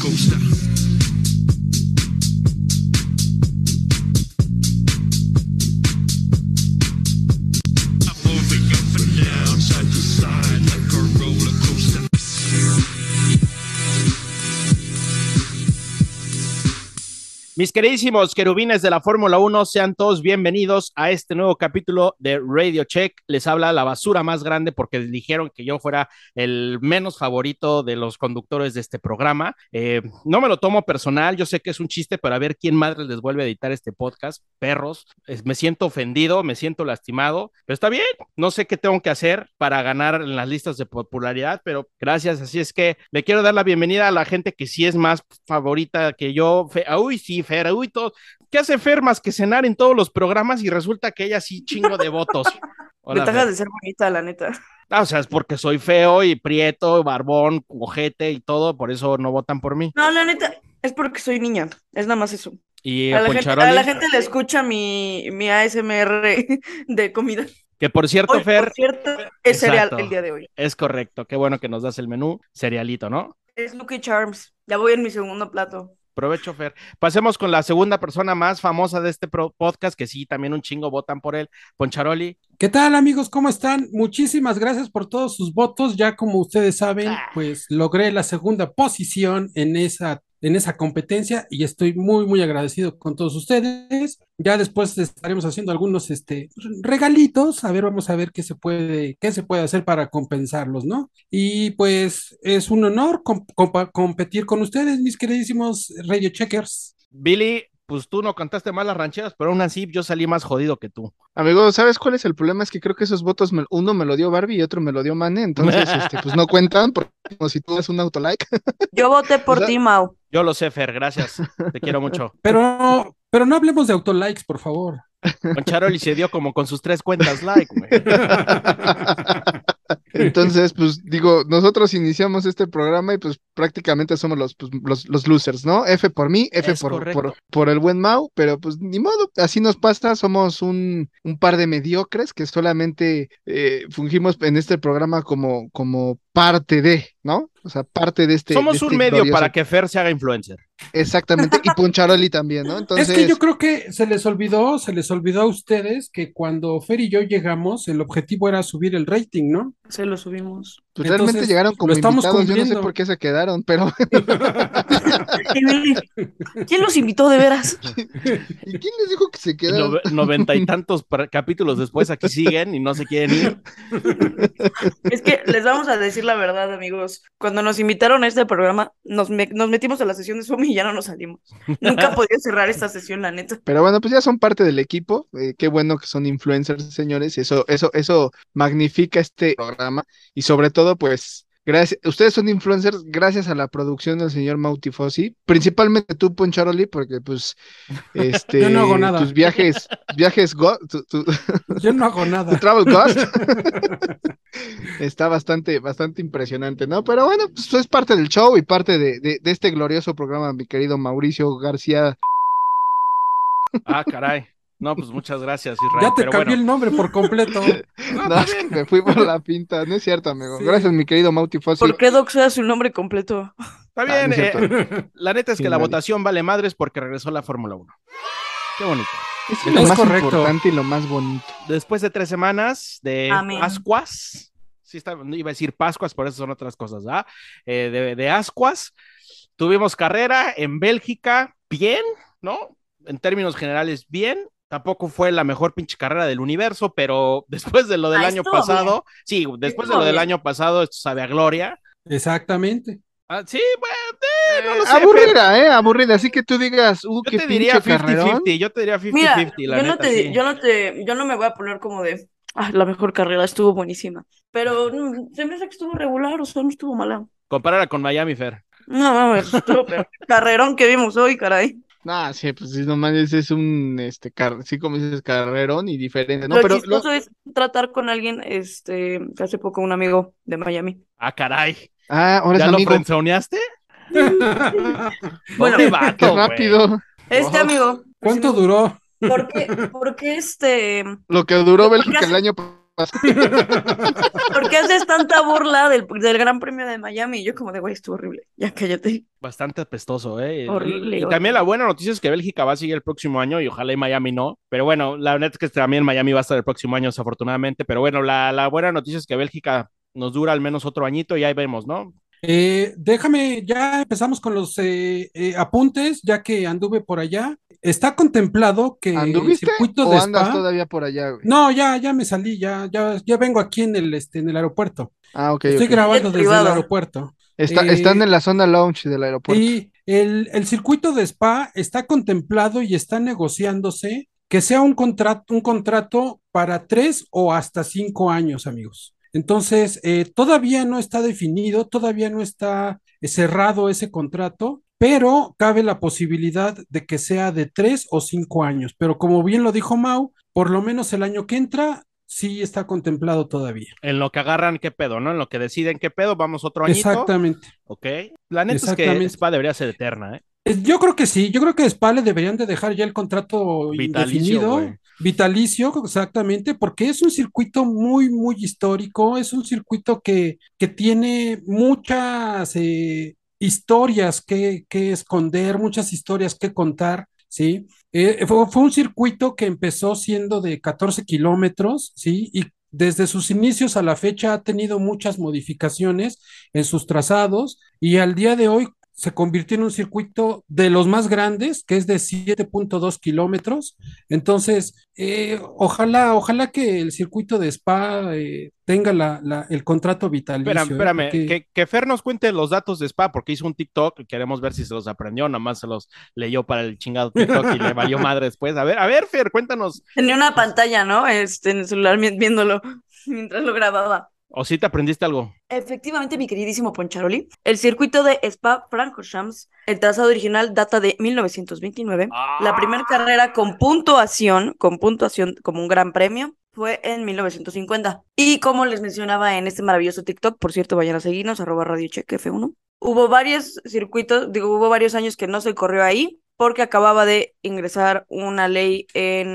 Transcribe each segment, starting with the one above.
coaster. Moving up and down, side to side like a roller coaster. Mis queridísimos querubines de la Fórmula 1, sean todos bienvenidos a este nuevo capítulo de Radio Check. Les habla la basura más grande porque dijeron que yo fuera el menos favorito de los conductores de este programa. No me lo tomo personal, yo sé que es un chiste, pero a ver quién madre les vuelve a editar este podcast, perros. Me siento ofendido, me siento lastimado, pero está bien, no sé qué tengo que hacer para ganar en las listas de popularidad, pero gracias, así es que le quiero dar la bienvenida a la gente que sí es más favorita que yo. Uy, sí, Fer, uy, todo. ¿Qué hace Fer más que cenar en todos los programas y resulta que ella sí chingo de votos? Hola, ventajas Fer. de ser bonita, la neta. O sea, es porque soy feo y prieto, barbón, ojete y todo, por eso no votan por mí. No, la neta, es porque soy niña. Es nada más eso. Y A Poncharoli, la gente le escucha mi ASMR de comida. que por cierto, Hoy, Fer, por cierto, es cereal exacto, el día de hoy. es correcto, qué bueno que nos das el menú, cerealito, ¿no? Es Lucky Charms. Ya voy en mi segundo plato. Provecho, Fer. Pasemos con la segunda persona más famosa de este podcast, que sí, también un chingo votan por él, Poncharoli. ¿Qué tal, amigos? ¿Cómo están? Muchísimas gracias por todos sus votos. Ya como ustedes saben, pues logré la segunda posición en esa competencia y estoy muy, muy agradecido con todos ustedes. Ya después estaremos haciendo algunos regalitos. A ver, vamos a ver qué se puede hacer para compensarlos, ¿no? Y pues es un honor competir con ustedes, mis queridísimos Radio Checkers. Billy, pues tú no cantaste mal las rancheras, pero aún así yo salí más jodido que tú. Amigo, ¿sabes cuál es el problema? Es que creo que esos votos, uno me lo dio Barbie y otro me lo dio Mane, entonces, pues no cuentan, porque como si tú das un autolike. Yo voté por O sea, ti, Mau. Yo lo sé, Fer, gracias. Te quiero mucho. Pero no hablemos de autolikes, por favor. Poncharoli se dio como con sus 3 cuentas like, güey. Entonces, pues digo, nosotros iniciamos este programa y pues prácticamente somos los losers, ¿no? F por mí, F Es correcto. por el buen Mau, pero pues ni modo, así nos pasa, somos un par de mediocres que solamente fungimos en este programa como parte de, ¿no? O sea, parte de este. Somos de un este medio glorioso. para que Fer se haga influencer. Exactamente, y Poncharoli también, ¿no? Entonces, Es que yo creo que se les olvidó a ustedes que cuando Fer y yo llegamos, el objetivo era subir el rating, ¿no? Se lo subimos. pues realmente Entonces, llegaron lo como estamos invitados, yo no sé cumpliendo. por qué se quedaron, pero ¿Quién los invitó de veras? ¿y quién les dijo que se quedaron? 90 y tantos capítulos después aquí siguen y no se quieren ir. Es que les vamos a decir la verdad, amigos. Cuando nos invitaron a este programa, nos metimos a la sesión de Zoom y ya no nos salimos. Nunca podía cerrar esta sesión, la neta. Pero bueno, pues ya son parte del equipo. Qué bueno que son influencers, señores. Eso magnifica este programa. Y sobre todo, pues, gracias. Ustedes son influencers gracias a la producción del señor Mautifosi. Principalmente tú, Poncharoli, porque pues, Yo no hago nada. tus viajes, Yo no hago tu nada. travel cost está bastante impresionante, ¿no? Pero bueno, pues es parte del show y parte de este glorioso programa, mi querido Mauricio García. Ah, caray. No, pues muchas gracias, Israel. Ya te pero cambié bueno, el nombre por completo. No, es que me fui por la pinta, no es cierto, amigo. Sí. Gracias, mi querido Mautifosi. ¿Por qué Doc sea su nombre completo? está bien. no es cierto. La neta es Sí, que la nadie. votación vale madres porque regresó la Fórmula 1. Qué bonito. Es lo Es más correcto. importante y lo más bonito. Después de 3 semanas de Amén. ascuas, sí iba a decir Pascuas, por eso son otras cosas, ¿ah? De ascuas, tuvimos carrera en Bélgica, bien, ¿no? En términos generales, bien. Tampoco fue la mejor pinche carrera del universo, pero después de lo del año Estuvo pasado, sí, después de Estuvo lo del bien. año pasado, esto sabe a gloria. Exactamente. Sí, bueno, no lo sé, Fer. Aburrida, aburrida. Así que tú digas, Yo qué te diría pinche carrerón. 50-50, yo te diría 50-50, Mira, la neta, sí. yo no me voy a poner como de, la mejor carrera estuvo buenísima. Pero se me hace que estuvo regular, o sea, no estuvo mala. Compárala con Miami, Fer. No, mames, estuvo peor. Carrerón que vimos hoy, caray. Ah, sí, pues sí, nomás es un, sí, como dices, carrerón y diferente, ¿no? Lo Pero chistoso es tratar con alguien, que hace poco un amigo de Miami. Ah, caray. ahora es ¿Ya lo amigo. friendzoneaste? Bueno, Pobre vato, Qué güey. rápido. ¿Cuánto amigo. duró? Porque Lo que duró Porque Bélgica el hace- año ¿Por qué haces tanta burla del Gran Premio de Miami? Y yo como de, güey, estuvo horrible. Ya cállate. Bastante apestoso, ¿eh? Horrible, Y también la horrible. buena noticia es que Bélgica va a seguir el próximo año y ojalá y Miami no. Pero bueno, la neta es que también Miami va a estar el próximo año, desafortunadamente. Pero bueno, la buena noticia es que Bélgica nos dura al menos otro añito y ahí vemos, ¿no? Déjame, ya empezamos con los apuntes, ya que anduve por allá. Está contemplado que el ¿Anduviste circuito o de andas Spa, todavía por allá, güey? no, ya me salí, ya vengo aquí en el aeropuerto. Ah, ok, Estoy ok. grabando Jet desde el privado. aeropuerto. Están en la zona lounge del aeropuerto. Y el circuito de Spa está contemplado y está negociándose que sea un contrato para 3 o hasta 5 años, amigos. Entonces, todavía no está definido, todavía no está cerrado ese contrato, pero cabe la posibilidad de que sea de 3 o 5 años. Pero como bien lo dijo Mau, por lo menos el año que entra sí está contemplado todavía. En lo que agarran, qué pedo, ¿no? En lo que deciden qué pedo, vamos otro añito. Exactamente, Ok. La neta es que exactamente. Spa debería ser eterna, ¿eh? Yo creo que sí, yo creo que a Spa le deberían de dejar ya el contrato Vitalicio, indefinido, güey. vitalicio, exactamente, porque es un circuito muy histórico, es un circuito que tiene muchas historias que esconder, muchas historias que contar, ¿sí? Fue un circuito que empezó siendo de 14 kilómetros, ¿sí? Y desde sus inicios a la fecha ha tenido muchas modificaciones en sus trazados y al día de hoy se convirtió en un circuito de los más grandes, que es de 7.2 kilómetros. Entonces, ojalá que el circuito de Spa tenga el contrato Espérame, vitalicio, espérame, porque que Fer nos cuente los datos de Spa, porque hizo un TikTok y queremos ver si se los aprendió, nomás se los leyó para el chingado TikTok y le valió madre después. A ver, Fer, cuéntanos. Tenía una Pues, pantalla, ¿no? En el celular viéndolo mientras lo grababa. o si te aprendiste algo. Efectivamente, mi queridísimo Poncharoli, el circuito de Spa-Francorchamps, el trazado original data de 1929. La primera carrera con puntuación como un gran premio, fue en 1950. Y como les mencionaba en este maravilloso TikTok, por cierto, vayan a seguirnos, @RadioCheck F1. Hubo varios circuitos, hubo varios años que no se corrió ahí, porque acababa de ingresar una ley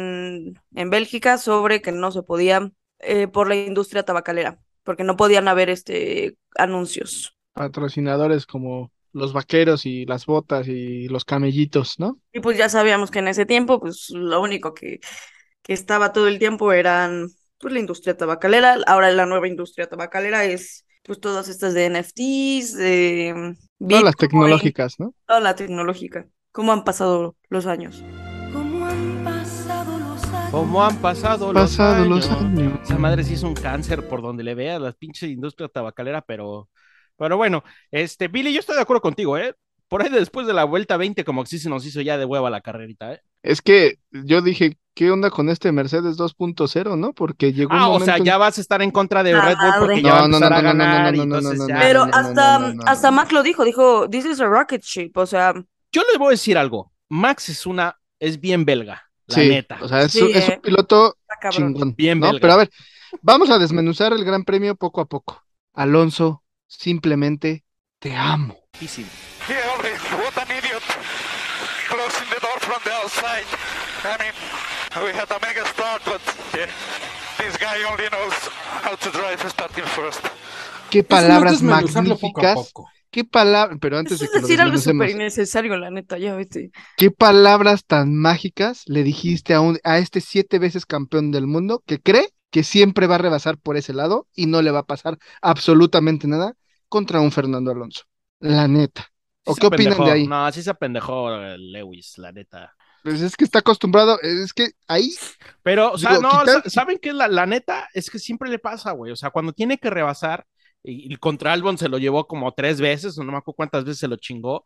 en Bélgica sobre que no se podía por la industria tabacalera, porque no podían haber anuncios. Patrocinadores como los vaqueros y las botas y los camellitos, ¿no? Y pues ya sabíamos que en ese tiempo, pues lo único que estaba todo el tiempo eran pues la industria tabacalera. Ahora la nueva industria tabacalera es pues todas estas de NFTs, de Todas las Bitcoin, tecnológicas, ¿no? toda la tecnológica. ¿Cómo han pasado los años? ¿Cómo han pasado los años? ¿Cómo han pasado Pasado los los años? años. Esa madre sí es un cáncer por donde le veas, la pinche industria tabacalera, pero bueno, Billy, yo estoy de acuerdo contigo, ¿eh? Por ahí después de la vuelta 20, como que sí se nos hizo ya de hueva la carrerita, ¿eh? Es que yo dije, ¿qué onda con este Mercedes 2.0, no? Porque llegó un Ah, o sea, momento en... ya vas a estar en contra de La Red Bull porque madre. ya va a No, no, no, empezar a no, no, no, no, ganar y no, no, no, entonces no, ya. no, Pero no, no, no, hasta, no, no, hasta no. Mac lo dijo, this is a rocket ship, o sea, Yo les voy a decir algo. Max es bien belga, la Sí, neta. o sea, sí, es un piloto está cabrón. chingón, Bien ¿no? belga. Pero a ver, vamos a desmenuzar el Gran Premio poco a poco. Alonso, simplemente te amo. Difícil. Yeah, Ulrich, what an idiot. Closing the door from the outside. I mean, we had a mega start, but yeah, this guy only knows how to drive starting first. Qué eso no es palabras desmenuzarlo poco a magníficas. poco. Qué palabras, pero antes Eso de es que lo decir algo súper desmenucemos, innecesario, la neta, ya vete. qué palabras tan mágicas le dijiste a este 7 veces campeón del mundo que cree que siempre va a rebasar por ese lado y no le va a pasar absolutamente nada contra un Fernando Alonso. La neta. ¿O Sí qué se opinan de apendejó. ahí? No, sí se apendejó Lewis, la neta. Pues es que está acostumbrado, es que ahí, Pero, o sea, digo, no, quitar, ¿saben qué? La neta es que siempre le pasa, güey. O sea, cuando tiene que rebasar, y contra Albon se lo llevó como 3 veces, o no me acuerdo cuántas veces se lo chingó.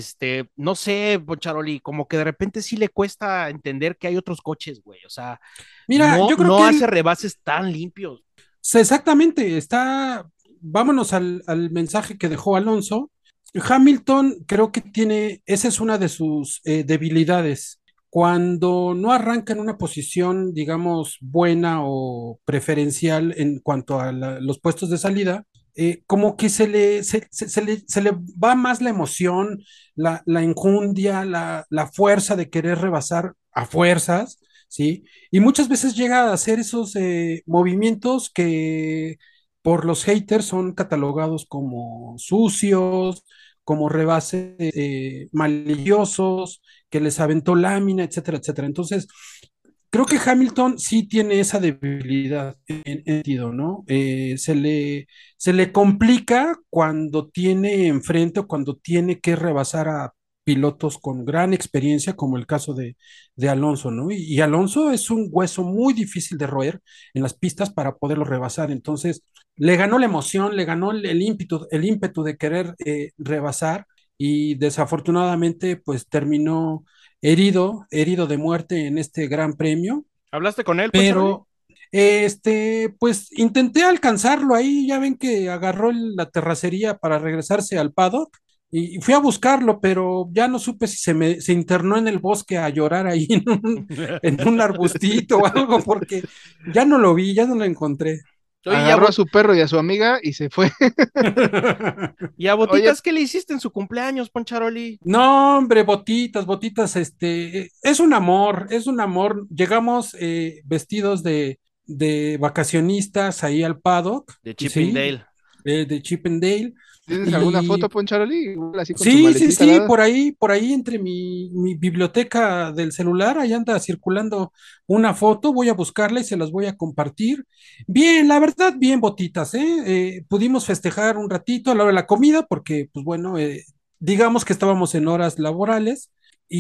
No sé, Poncharoli, como que de repente sí le cuesta entender que hay otros coches, güey. O sea, Mira, yo creo no que hace rebases tan limpios. exactamente, vámonos al mensaje que dejó Alonso. Hamilton creo que esa es una de sus debilidades. Cuando no arranca en una posición, digamos, buena o preferencial en cuanto a los puestos de salida, como que se le va más la emoción, la enjundia, la fuerza de querer rebasar a fuerzas, ¿sí? Y muchas veces llega a hacer esos movimientos que por los haters son catalogados como sucios, como rebases maliciosos, que les aventó lámina, etcétera, etcétera. Entonces, creo que Hamilton sí tiene esa debilidad en sentido, ¿no? Se le complica cuando tiene enfrente o cuando tiene que rebasar a pilotos con gran experiencia, como el caso de Alonso, ¿no? Y Alonso es un hueso muy difícil de roer en las pistas para poderlo rebasar. Entonces, le ganó la emoción, le ganó el ímpetu de querer rebasar y desafortunadamente, pues terminó herido de muerte en este gran premio, ¿Hablaste con él, Poncharoli? pero pues intenté alcanzarlo ahí, ya ven que agarró la terracería para regresarse al paddock y fui a buscarlo, pero ya no supe si se internó en el bosque a llorar ahí en un arbustito o algo, porque ya no lo vi, ya no lo encontré. Oye, ¿y a, Agarró a su perro y a su amiga y se fue. y a Oye, Botitas qué le hiciste en su cumpleaños, Poncharoli? No, hombre, botitas, es un amor, es un amor. Llegamos vestidos de vacacionistas ahí al paddock, De sí, Chippendale. de Chippendale. ¿tienes alguna Y foto, Poncharoli? Igual así con su sí, maletita al lado. por ahí entre mi biblioteca del celular, ahí anda circulando una foto, voy a buscarla y se las voy a compartir. Bien, la verdad, bien, botitas, ¿eh? Pudimos festejar un ratito a la hora de la comida, porque, pues bueno, digamos que estábamos en horas laborales.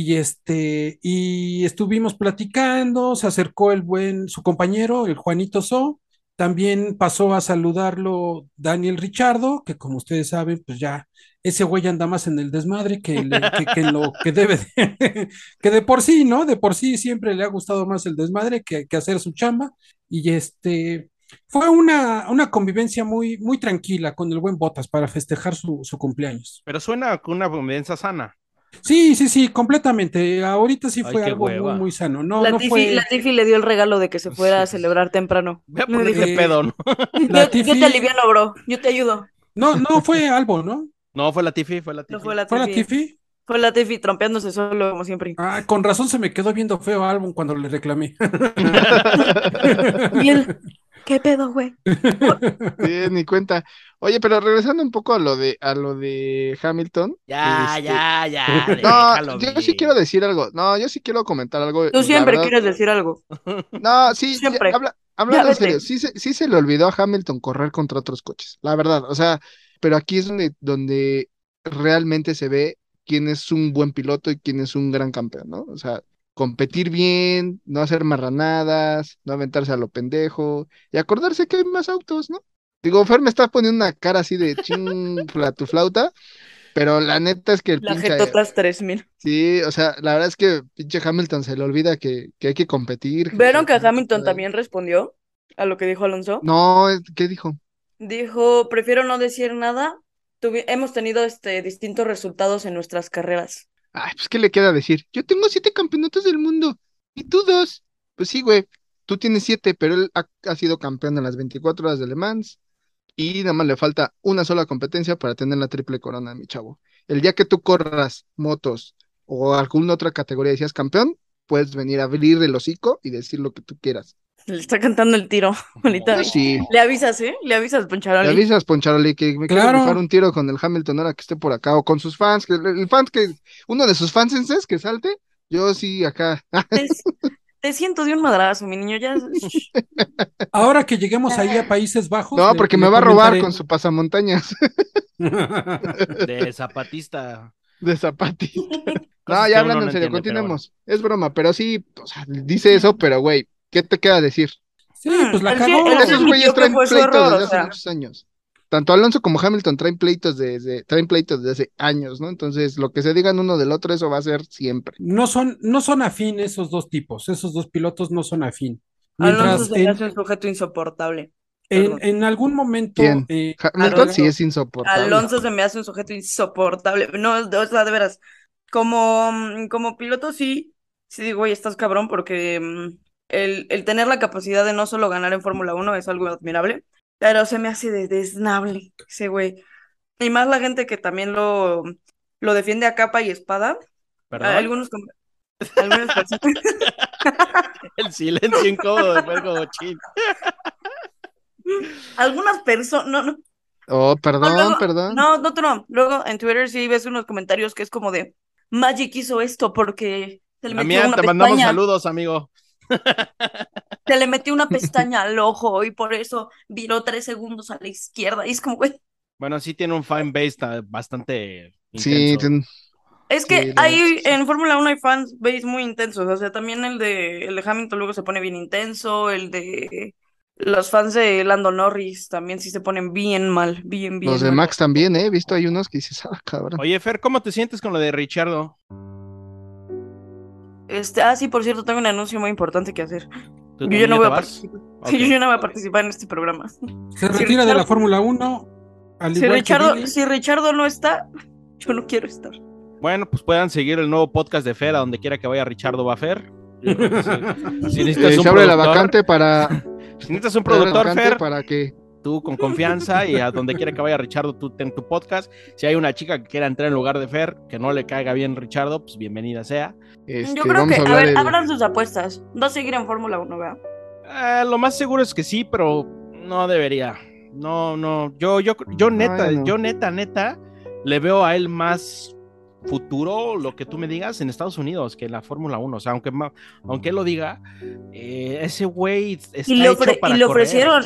Y estuvimos platicando, se acercó su compañero, el Juanito So, también pasó a saludarlo Daniel Richardo, que como ustedes saben, pues ya ese güey anda más en el desmadre que en lo que debe de, que de por sí, ¿no? De por sí siempre le ha gustado más el desmadre que hacer su chamba. Y fue una convivencia muy tranquila con el buen Botas para festejar su cumpleaños. Pero suena con una convivencia sana. Sí, completamente. Ahorita sí Ay, fue qué algo muy hueva. sano. No fue Latifi le dio el regalo de que se fuera Sí, a pues, celebrar temprano. voy a Le ponerte dijo, eh, pedo, ¿no? la yo te Tiffy. aliviano, bro, yo te ayudo. No fue algo, ¿no? No, fue la Tiffy, fue la No fue Tiffy. Fue la Latifi. Tiffy. Fue Latifi trompeándose solo, como siempre. Ah, con razón se me quedó viendo feo álbum cuando le reclamé. Y él, ¿qué pedo, güey? Sí, ni cuenta. Oye, pero regresando un poco a lo de Hamilton, Ya, no, déjalo yo sí quiero vivir. decir algo. No, yo sí quiero comentar algo Tú y la siempre verdad, quieres decir algo. no, sí, Siempre. Ya hablando en serio, vete. sí se le olvidó a Hamilton correr contra otros coches, la verdad, o sea, pero aquí es donde realmente se ve quién es un buen piloto y quién es un gran campeón, ¿no? O sea, competir bien, no hacer marranadas, no aventarse a lo pendejo y acordarse que hay más autos, ¿no? Digo, Fer me está poniendo una cara así de ching, tu flauta, pero la neta es que el La pinche, Jetotas 3000. sí, o sea, la verdad es que pinche Hamilton se le olvida que hay que competir, ¿Vieron que que no se Hamilton puede. también respondió a lo que dijo Alonso? No, ¿qué dijo? Dijo, prefiero no decir nada. Hemos tenido distintos resultados en nuestras carreras. Ay, pues, ¿qué le queda decir? Yo tengo 7 campeonatos del mundo y tú 2. Pues sí, güey, tú tienes 7, pero él ha sido campeón en las 24 horas de Le Mans y nada más le falta una sola competencia para tener la triple corona, mi chavo. El día que tú corras motos o alguna otra categoría y seas campeón, puedes venir a abrir el hocico y decir lo que tú quieras. Le está cantando el tiro, ahorita. Yo sí. Le avisas, ¿eh? Le avisas, Le Poncharoli. avisas, Poncharoli, que me quiero rifar Claro, un tiro con el Hamilton ahora que esté por acá, o con sus fans, que el fan que, uno de sus fansenses que salte, yo sí acá. Te, te siento de un madrazo, mi niño. Ya. Shh. ahora que lleguemos ahí a Países Bajos, No, porque me le va a robar con comentaré. su pasamontañas De zapatista. de Zapati. No, Cosas ya que uno hablando no en serio, entiende, pero bueno. continuemos. Es broma, pero sí, o sea, dice eso, pero güey, ¿qué te queda decir? Sí, pues la Él sí cagó. Esos güeyes admitió que traen fue su pleitos error, desde o hace sea. muchos años. Tanto Alonso como Hamilton traen pleitos desde hace años, ¿no? Entonces, lo que se digan uno del otro, eso va a ser siempre. No son afín esos dos tipos, esos dos pilotos no son afín. Alonso Mientras se me hace un sujeto insoportable. Perdón. en algún momento ¿Quién? Hamilton sí Alonso. es insoportable. Alonso se me hace un sujeto insoportable. No, o sea, de veras. Como piloto, sí. Sí, digo, güey, estás cabrón, porque el tener la capacidad de no solo ganar en Fórmula 1 es algo admirable, pero se me hace desnable ese güey. Y más la gente que también lo defiende a capa y espada. ¿Perdón? Algunos, algunas personas. El silencio incómodo de fue como chin. Algunas personas, no, Oh, perdón, luego, perdón. tú no. Luego en Twitter sí ves unos comentarios que es como de Magic hizo esto porque se le metió Damián, una te mandamos pestaña, saludos, amigo. se le metió una pestaña al ojo y por eso viró 3 segundos a la izquierda. Y es como, güey, Bueno, sí tiene un fan base bastante Sí, intenso. es sí, que la neta, hay sí. en Fórmula 1 hay fans base muy intensos. O sea, también el de Hamilton luego se pone bien intenso. El de los fans de Lando Norris también sí se ponen bien mal, bien, Los bien de mal. Max también, ¿eh? He visto hay unos que dices, ah, cabrón. Oye, Fer, ¿cómo te sientes con lo de Richardo? Sí, por cierto, tengo un anuncio muy importante que hacer. ¿Tú Yo ya también no ya voy te a vas? participar. Ok. Sí, yo no voy a participar en este programa. Se Si retira de la Richardo, Fórmula 1, al si igual que Richardo, Billy. si Richardo no está, yo no quiero estar. Bueno, pues puedan seguir el nuevo podcast de Fer, a donde quiera que vaya Richardo va Fer. Yo creo que sí. Si necesitas un Se abre la productor, vacante para. si necesitas un Se abre la productor, vacante Fer, para que. tú con confianza y a donde quiera que vaya Richardo, tú ten tu podcast. Si hay una chica que quiera entrar en lugar de Fer, que no le caiga bien Richardo, pues bienvenida sea. Yo creo Vamos que, a a hablar ver, el. abran sus apuestas. Va a seguir en Fórmula 1, ¿verdad? Lo más seguro es que sí, pero no debería. No, yo neta, le veo a él más futuro, lo que tú me digas, en Estados Unidos que en la Fórmula 1. O sea, aunque él lo diga, ese güey está hecho para le correr. ofrecieron,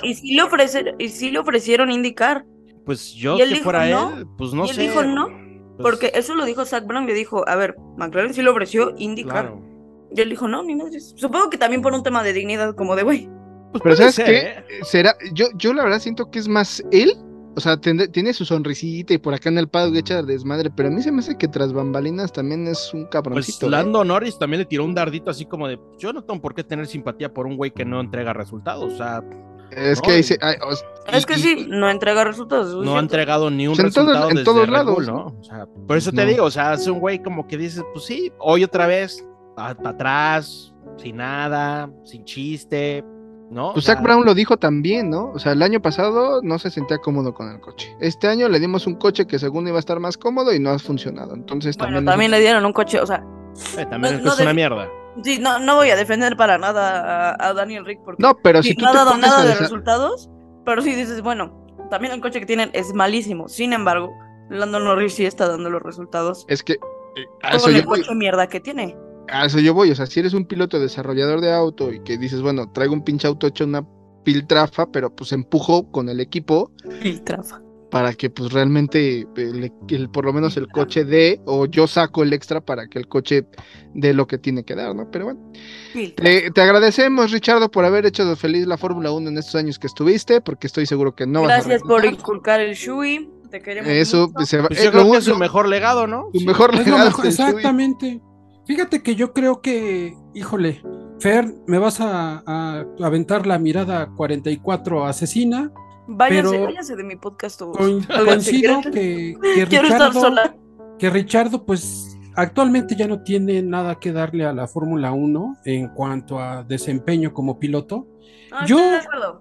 y sí le ofrecieron indicar. Pues yo Y él que dijo fuera no. él, pues no Y él sé. dijo no. Pues, Porque eso lo dijo Zach Brown, le dijo, a ver, McLaren sí le ofreció indicar. claro. Y él dijo, no, ni nada. Supongo que también por un tema de dignidad, como de, güey. Pues Pero puede ¿sabes ser, qué? Será. Yo la verdad siento que es más él. O sea, tiene su sonrisita y por acá en el paddock echa desmadre. Pero a mí se me hace que tras bambalinas también es un Pues cabroncito. Lando Norris también le tiró un dardito así como de, yo no tengo por qué tener simpatía por un güey que no entrega resultados. O sea, Es no, que dice. Es que sí, no entrega resultados. eso es no ha cierto. entregado ni un Pues resultado en desde todos Red lados, Bull, ¿no? ¿no? O sea, por eso Pues te no. digo, o sea, es un güey como que dices, pues sí, hoy otra vez, para atrás, sin nada, sin chiste, ¿no? Pues O sea, Zach Brown lo dijo también, ¿no? O sea, el año pasado no se sentía cómodo con el coche. Este año le dimos un coche que según iba a estar más cómodo y no ha funcionado. Entonces Bueno, también. también le dieron un coche, o sea, también no es una mierda. sí, no voy a defender para nada a Daniel Rick porque No, pero sí, si tú no ha te dado pones nada a de resultados, pero sí dices, bueno, también el coche que tienen es malísimo. Sin embargo, Lando Norris sí está dando los resultados Es que a eso con yo el voy. coche mierda que tiene. A eso yo voy. O sea, si eres un piloto desarrollador de auto y que dices, bueno, traigo un pinche auto hecho una piltrafa, pero pues empujo con el equipo Filtrafa. para que pues realmente por lo menos el coche dé, o yo saco el extra para que el coche dé lo que tiene que dar, ¿no? Pero bueno. Te agradecemos, Richardo, por haber hecho feliz la Fórmula 1 en estos años que estuviste, porque estoy seguro que no vas a Gracias por regresar. inculcar el Shui. Te queremos Eso mucho. se va, Pues yo creo que es su mejor legado, ¿no? su Sí. mejor Es lo legado mejor, es el Shui. exactamente. Fíjate que yo creo que, híjole, Fer, me vas a aventar la mirada 44 asesina. Váyanse, pero váyanse de mi podcast todos. Coincido Quiero estar sola. que Richardo, pues actualmente ya no tiene nada que darle a la Fórmula 1 en cuanto a desempeño como piloto. Yo- Estoy de acuerdo.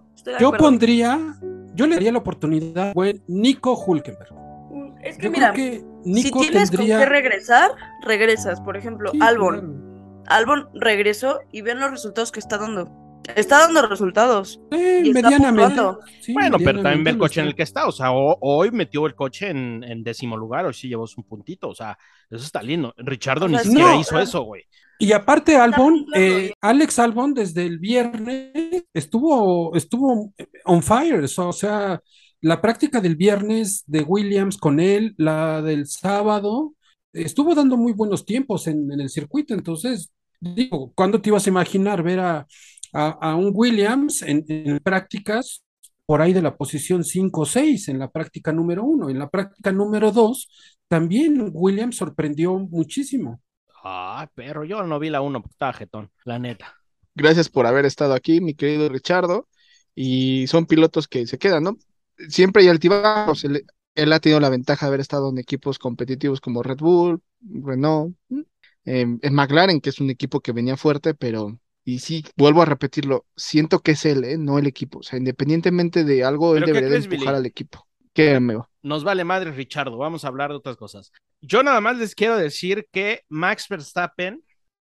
Yo le daría la oportunidad a buen Nico Hülkenberg. Es que Yo mira, creo que si Nico tienes con tendría. qué regresar, regresas. Por ejemplo, Sí, Albon. claro. Albon regresó y vean los resultados que está dando. Está dando resultados. Y está Medianamente. puntuando. Sí, Bueno, pero también ve medianamente el lo coche en está. el que está. O sea, hoy metió el coche en 10º lugar, hoy sí llevó un puntito. O sea, eso está lindo. Richardo O sea, ni siquiera no. hizo eso, güey. Y aparte, Albon, puntuando. Alex Albon desde el viernes estuvo on fire. O sea, la práctica del viernes de Williams con él, la del sábado, estuvo dando muy buenos tiempos en el circuito. Entonces, digo, ¿cuándo te ibas a imaginar ver a un Williams en prácticas por ahí de la posición 5 o 6 en la práctica número 1? En la práctica número 2, también Williams sorprendió muchísimo. Ay, perro, yo no vi la 1 porque estaba jetón, la neta. Gracias por haber estado aquí, mi querido Richardo. Y son pilotos que se quedan, ¿no? Siempre hay altibajos. Él ha tenido la ventaja de haber estado en equipos competitivos como Red Bull, Renault, en McLaren, que es un equipo que venía fuerte, pero, y sí, vuelvo a repetirlo, siento que es él, no el equipo. O sea, independientemente de algo, él ¿Pero qué debería de crees, empujar Billy? al equipo. ¿Qué, amigo? Nos vale madre, Richardo. Vamos a hablar de otras cosas. Yo nada más les quiero decir que Max Verstappen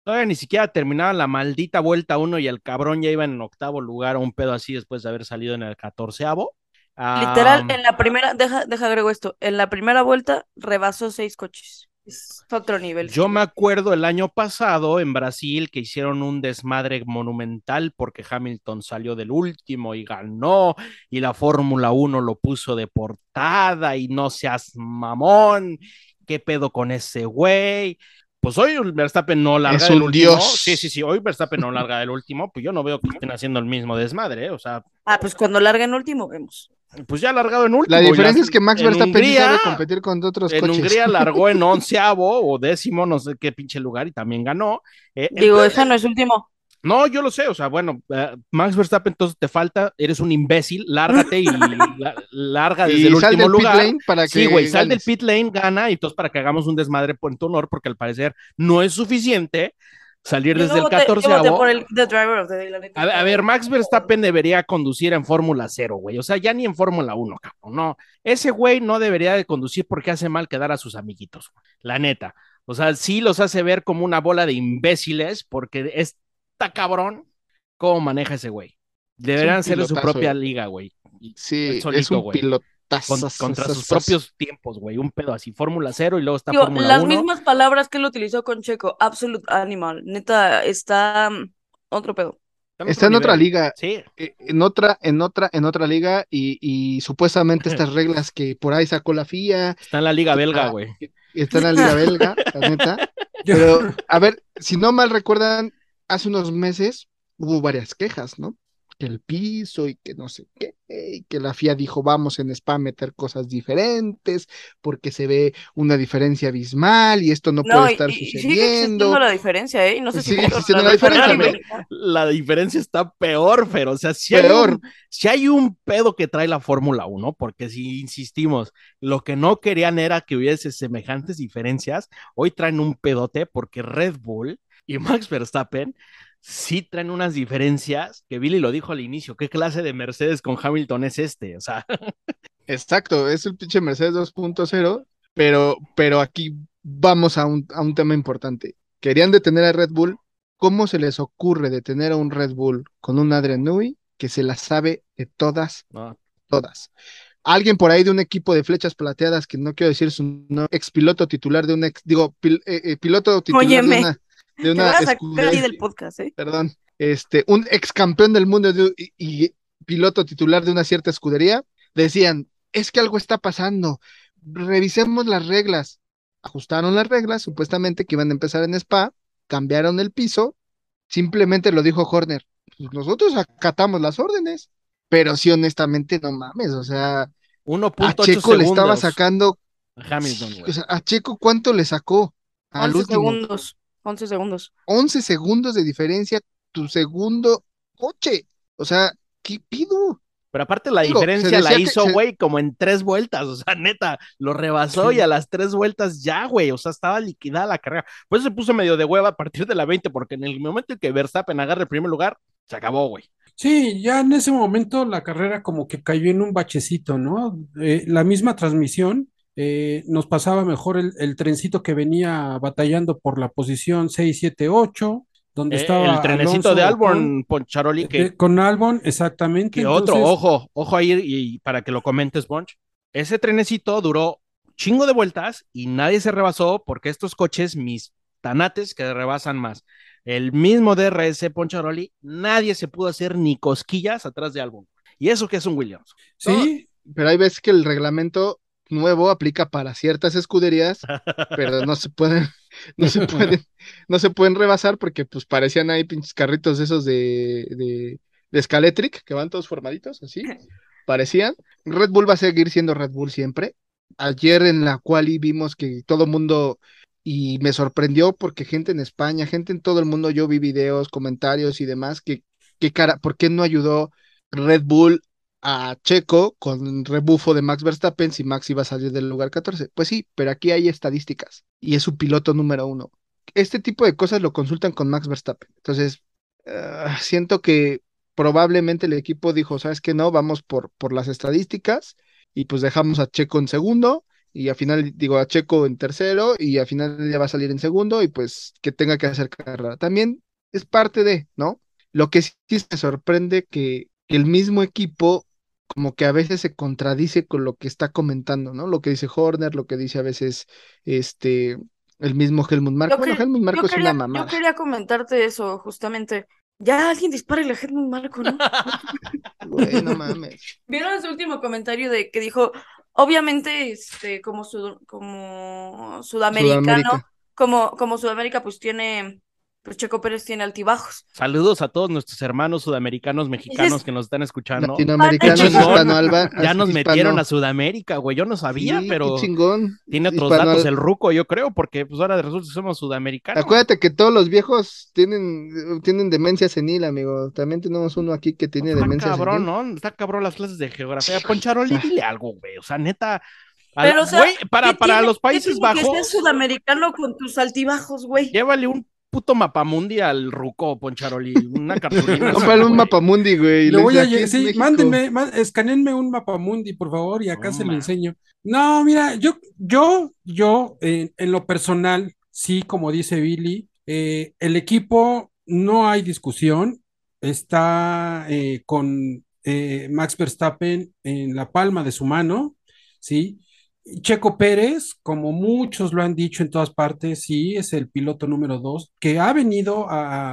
Todavía ni siquiera terminaba la maldita vuelta uno y el cabrón ya iba en octavo lugar o un pedo así después de haber salido en el catorceavo. Literal, Ah, en la primera, deja agrego esto, en la primera vuelta rebasó 6 coches. Es otro nivel, yo me señor. acuerdo el año pasado en Brasil que hicieron un desmadre monumental porque Hamilton salió del último y ganó y la Fórmula Uno lo puso de portada y no seas mamón, ¿qué pedo con ese güey? Pues hoy Verstappen no larga Es del un último. Sí, sí, dios. sí, hoy Verstappen no larga del último, pues yo no veo que estén haciendo el mismo desmadre, ¿eh? O sea, Ah, pues cuando larga en último, vemos. pues ya ha largado en La último y diferencia es que Max en Verstappen sí Hungría sabe competir con otros en coches. Hungría largó en onceavo o décimo, no sé qué pinche lugar, y también ganó. Digo, esa no es último. No, yo lo sé, o sea, bueno, Max Verstappen, entonces te falta, eres un imbécil, lárgate y larga desde el Y sal último del pit lugar. lane para Sí, güey, que sal del ganes. pit lane, gana, y entonces para que hagamos un desmadre por en tu honor, porque al parecer no es suficiente salir Yo desde no el voté, yo voté por catorceavo. el The Driver of the Day, la neta A está ver, Max cabrón. Verstappen debería conducir en Fórmula Cero, güey. O sea, ya ni en Fórmula Uno, cabrón. No, ese güey no debería de conducir porque hace mal quedar a sus amiguitos, la neta. O sea, sí los hace ver como una bola de imbéciles porque está cabrón cómo maneja ese güey. Es un Deberían ser de su pilotazo. propia liga, güey. Y él Sí, es solito, un güey. pilotazo. Contra sus propios tiempos, güey. Un pedo así, Fórmula Cero y luego está Digo, Fórmula las Uno. mismas palabras que él utilizó con Checo, Absolute Animal, neta, está otro pedo. Está en Está otro en otra nivel. liga, Sí. en otra liga, y supuestamente estas reglas que por ahí sacó la FIA, Está en la liga que, belga, para, güey. que está en la liga belga, la neta. Yo, Pero, a ver, si no mal recuerdan, hace unos meses hubo varias quejas, ¿no? Que el piso y que no sé qué, y que la FIA dijo, vamos en Spa a meter cosas diferentes, porque se ve una diferencia abismal y esto no puede No, estar y sigue existiendo sucediendo. la diferencia, ¿eh? Y no sé si Sigue vieron la existiendo la de diferencia, Ferrari ¿no? Bélgica. La diferencia está peor, pero, o sea, Peor. si hay un pedo que trae la Fórmula Uno, porque si insistimos, lo que no querían era que hubiese semejantes diferencias, hoy traen un pedote porque Red Bull y Max Verstappen sí traen unas diferencias que Billy lo dijo al inicio, ¿qué clase de Mercedes con Hamilton es este? O sea, Exacto, es el pinche Mercedes 2.0, pero aquí vamos a un tema importante. Querían detener a Red Bull. ¿Cómo se les ocurre detener a un Red Bull con un Adrian Newey que se la sabe de todas, no, todas? Alguien por ahí de un equipo de flechas plateadas, que no quiero decir su nombre, ex piloto titular de una piloto titular de Óyeme, una, de te una voy a sacar ahí escudería, del podcast, ¿eh? perdón, un ex campeón del mundo y piloto titular de una cierta escudería, decían, es que algo está pasando, revisemos las reglas. Ajustaron las reglas, supuestamente que iban a empezar en Spa, cambiaron el piso, simplemente lo dijo Horner, pues nosotros acatamos las órdenes, pero sí, honestamente, no mames, o sea, a 1.8 Checo le estaba segundos sacando, a Hamilton, sí, o güey. sea, a Checo, ¿cuánto le sacó al 11 último? segundos, 11 segundos. 11 segundos de diferencia, tu segundo coche. O sea, ¿qué pido? Pero aparte la Digo, se diferencia la decía que hizo, güey, como en 3 vueltas, o sea, neta, lo rebasó y a sí. las 3 vueltas ya, güey, o sea, estaba liquidada la carrera. Por eso se puso medio de hueva a partir de la 20, porque en el momento en que Verstappen agarra el primer lugar, se acabó, güey. Sí, ya en ese momento la carrera como que cayó en un bachecito, ¿no? La misma transmisión nos pasaba mejor el trencito que venía batallando por la posición 6, 7, 8, donde El estaba trenecito Alonso de Ocon, Albon, Poncharoli, con Albon, exactamente. que otro, Entonces, ojo ahí, y para que lo comentes, Bonch, ese trenecito duró chingo de vueltas y nadie se rebasó porque estos coches, mis tanates que rebasan más. El mismo DRS Poncharoli, nadie se pudo hacer ni cosquillas atrás de Albon. Y eso que es un Williams. no, sí, pero hay veces que el reglamento nuevo aplica para ciertas escuderías, pero no se pueden, no se pueden, no se pueden rebasar porque pues parecían ahí pinches carritos esos de Scaletric, que van todos formaditos, así, parecían. Red Bull va a seguir siendo Red Bull siempre. Ayer en la quali vimos que todo mundo, y me sorprendió porque gente en España, gente en todo el mundo, yo vi videos, comentarios y demás, ¿por qué no ayudó Red Bull a Checo con rebufo de Max Verstappen si Max iba a salir del lugar 14? Pues sí, pero aquí hay estadísticas y es su piloto número uno. Este tipo de cosas lo consultan con Max Verstappen. Entonces, siento que probablemente el equipo dijo, ¿sabes qué? No, vamos por las estadísticas y pues dejamos a Checo en segundo y al final digo a Checo en tercero y al final ya va a salir en segundo y pues que tenga que hacer carrera. También es parte de, ¿no? Lo que sí me sorprende que el mismo equipo como que a veces se contradice con lo que está comentando, ¿no? Lo que dice Horner, lo que dice a veces este el mismo Helmut Marko. Bueno, Helmut Marko es una yo mamada. quería comentarte eso, justamente. Ya alguien dispara a Helmut Marko, ¿no? Güey, no mames. ¿Vieron su último comentario de que dijo, obviamente, como sudamericano, Sudamérica. como Sudamérica, pues pues Checo Pérez tiene altibajos. Saludos a todos nuestros hermanos sudamericanos, mexicanos que nos están escuchando. Qué Latinoamericanos, chingón. Ya nos metieron hispano. a Sudamérica, güey. Yo no sabía, Sí, qué pero chingón. tiene otros Hispano. datos el ruco, yo creo, porque pues ahora resulta que somos sudamericanos. Acuérdate que todos los viejos tienen demencia senil, amigo. También tenemos uno aquí que tiene Está demencia cabrón, senil. ¿no? Está cabrón las clases de geografía. Poncharoli, dile algo, güey. O sea, neta, Pero, o sea, güey, para los ¿qué Países tiene que ser Bajos, sudamericano con tus altibajos, güey? llévale un puto mapamundi al ruco, Poncharoli. Una cartulina así, Cómprale un güey. mapamundi, güey. Le voy a, Aquí es sí, México. mándenme, escaneenme un mapamundi, por favor, y acá se lo enseño. No, mira, yo, en lo personal, sí, como dice Billy, el equipo no hay discusión, está con Max Verstappen en la palma de su mano, ¿sí? Checo Pérez, como muchos lo han dicho en todas partes, sí, es el piloto número 2, que ha venido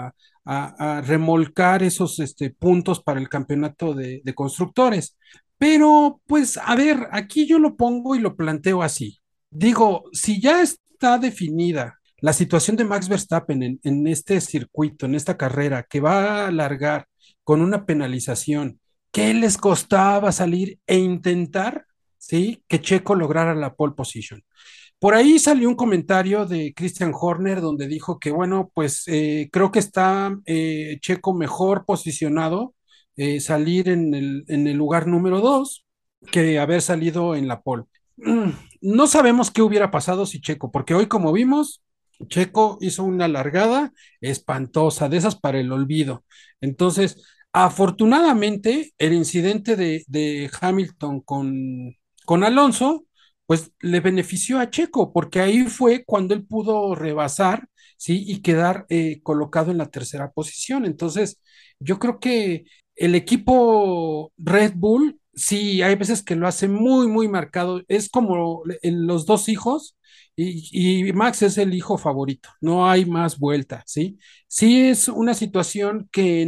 a remolcar esos puntos para el campeonato de constructores. Pero, pues, a ver, aquí yo lo pongo y lo planteo así. Digo, si ya está definida la situación de Max Verstappen en este circuito, en esta carrera, que va a alargar con una penalización, ¿qué les costaba salir e intentar, sí, que Checo lograra la pole position? Por ahí salió un comentario de Christian Horner donde dijo que, bueno, pues creo que está Checo mejor posicionado salir en el lugar número 2 que haber salido en la pole. No sabemos qué hubiera pasado si Checo, porque hoy como vimos, Checo hizo una largada espantosa, de esas para el olvido. Entonces, afortunadamente, el incidente de Hamilton con Alonso pues le benefició a Checo, porque ahí fue cuando él pudo rebasar, ¿sí? Y quedar colocado en la tercera posición. Entonces, yo creo que el equipo Red Bull, sí, hay veces que lo hace muy, muy marcado. Es como en los dos hijos. Y Max es el hijo favorito, no hay más vuelta, ¿sí? Sí es una situación que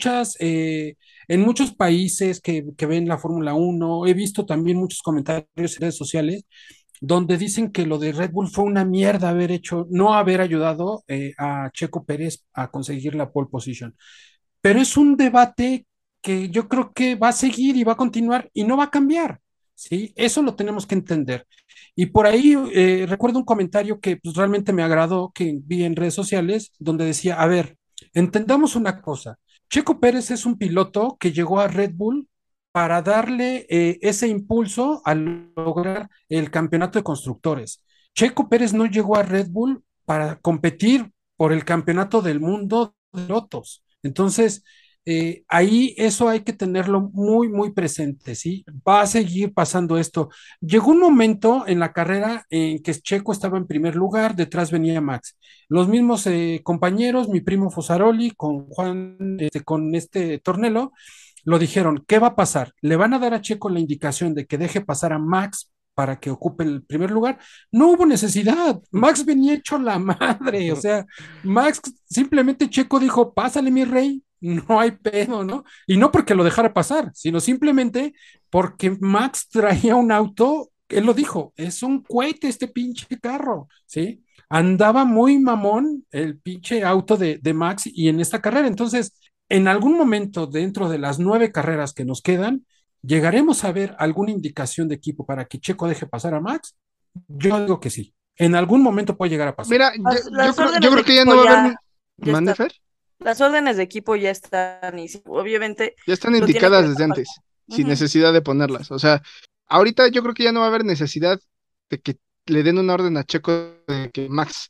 en muchos países que ven la Fórmula 1, he visto también muchos comentarios en redes sociales donde dicen que lo de Red Bull fue una mierda haber hecho, no haber ayudado a Checo Pérez a conseguir la pole position. Pero es un debate que yo creo que va a seguir y va a continuar y no va a cambiar. ¿Sí? Eso lo tenemos que entender. Y por ahí recuerdo un comentario que pues, realmente me agradó, que vi en redes sociales, donde decía, a ver, entendamos una cosa, Checo Pérez es un piloto que llegó a Red Bull para darle ese impulso a lograr el campeonato de constructores. Checo Pérez no llegó a Red Bull para competir por el campeonato del mundo de pilotos. Entonces, ahí eso hay que tenerlo muy, muy presente, ¿sí? Va a seguir pasando esto. Llegó un momento en la carrera en que Checo estaba en primer lugar, detrás venía Max. Los mismos compañeros, mi primo Fosaroli con Juan, con este Tornelo, lo dijeron, ¿qué va a pasar? ¿Le van a dar a Checo la indicación de que deje pasar a Max para que ocupe el primer lugar? No hubo necesidad. Max venía hecho la madre. O sea, Max simplemente Checo dijo, pásale mi rey, no hay pedo, ¿no? Y no porque lo dejara pasar, sino simplemente porque Max traía un auto, él lo dijo, es un cohete este pinche carro, ¿sí? Andaba muy mamón el pinche auto de Max y en esta carrera. Entonces, en algún momento dentro de las 9 carreras que nos quedan, ¿llegaremos a ver alguna indicación de equipo para que Checo deje pasar a Max? Yo digo que sí. En algún momento puede llegar a pasar. Mira, Las órdenes yo de creo que ya equipo no va a haber. ya ¿Mande, están. Fer? Las órdenes de equipo ya están y sí, obviamente Ya están lo tiene que indicadas dejar desde pasar. antes, sin Ujú. necesidad de ponerlas. O sea, ahorita yo creo que ya no va a haber necesidad de que le den una orden a Checo de que Max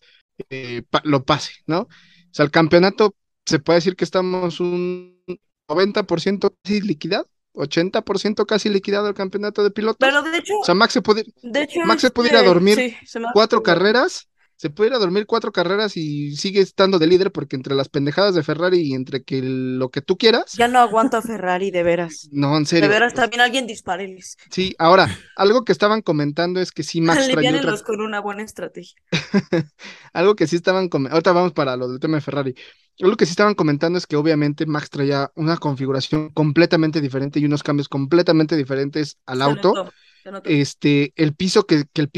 lo pase, ¿no? O sea, el campeonato se puede decir que estamos un 90% casi liquidado, 80% casi liquidado el campeonato de pilotos. Pero de hecho, O sea, Max se puede ir a sí, dormir se me hace 4 que- carreras, se puede ir a dormir 4 carreras y sigue estando de líder porque entre las pendejadas de Ferrari y entre que lo que tú quieras, Ya no aguanto a Ferrari, de veras. no, en De serio. veras, también alguien dispáreles. Sí, ahora, algo que estaban comentando es que sí Max traía otra, Aliviánenlos con una buena estrategia. algo que sí estaban ahorita vamos para lo del tema de Ferrari. Algo que sí estaban comentando es que obviamente Max traía una configuración completamente diferente y unos cambios completamente diferentes al auto. Se notó. El piso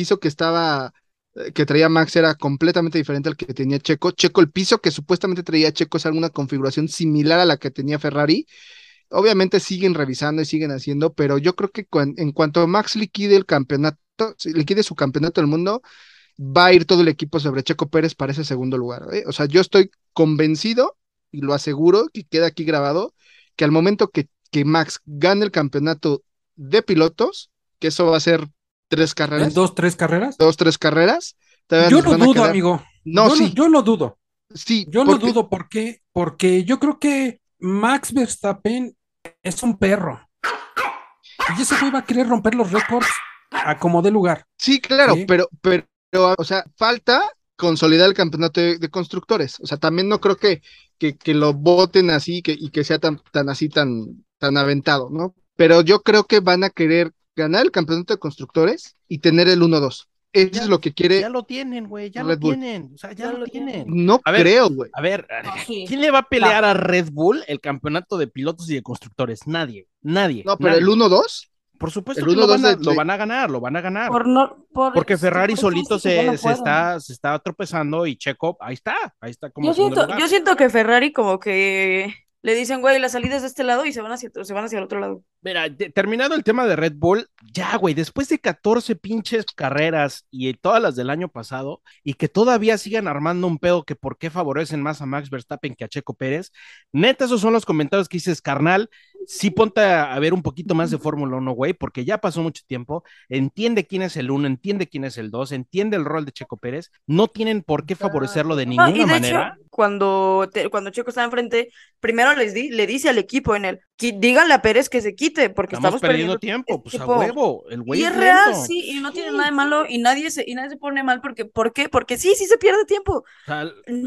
que traía Max era completamente diferente al que tenía Checo. Checo, el piso que supuestamente traía Checo es alguna configuración similar a la que tenía Ferrari. Obviamente siguen revisando y siguen haciendo, pero yo creo que en cuanto Max liquide el campeonato, liquide su campeonato del mundo, va a ir todo el equipo sobre Checo Pérez para ese segundo lugar, ¿eh? O sea, yo estoy convencido y lo aseguro que queda aquí grabado, que al momento que Max gane el campeonato de pilotos, que eso va a ser 3 ¿En carreras, 2, 3 carreras? 2, 3 carreras, todavía Yo nos lo van a dudo, quedar. amigo. No, sí, Yo lo dudo. sí, Yo lo dudo porque yo creo que Max Verstappen es un perro. Y ese güey va a querer romper los récords a como dé lugar. sí, claro, Sí. pero, o sea, falta consolidar el campeonato de constructores. O sea, también no creo que lo voten así y que sea tan aventado, ¿no? Pero yo creo que van a querer ganar el campeonato de constructores y tener el 1-2. Eso Ya, es lo que quiere ya lo tienen, güey, ya lo Red Bull. tienen. O sea, ya Ya lo lo tienen. tienen. No A ver, creo, güey. A ver, Sí. ¿quién le va a pelear a Red Bull el campeonato de pilotos y de constructores? Nadie, nadie. No, pero nadie. el 1-2, Por supuesto el que 1-2 lo van a ganar, lo van a ganar. Porque Sí, Ferrari por eso solito dice que ya no pueden. se está tropezando y Checo, ahí está como segundo lugar. Yo siento que Ferrari como que le dicen, güey, la salida es de este lado y se van hacia el otro lado. Mira, terminado el tema de Red Bull, ya, güey, después de 14 pinches carreras y todas las del año pasado, y que todavía sigan armando un pedo que por qué favorecen más a Max Verstappen que a Checo Pérez, neta, esos son los comentarios que dices, carnal, sí ponte a ver un poquito más de Fórmula 1, güey, porque ya pasó mucho tiempo, entiende quién es el 1, entiende quién es el 2, entiende el rol de Checo Pérez, no tienen por qué favorecerlo de No, ninguna y de manera. hecho, cuando Checo está enfrente, primero le dice al equipo díganle a Pérez que se quite, porque Estamos perdiendo perdiendo tiempo, pues a huevo, el güey Y es es real, lento. sí, y no tiene nada de malo, y nadie se pone mal ¿por qué? Porque sí se pierde tiempo. O sea,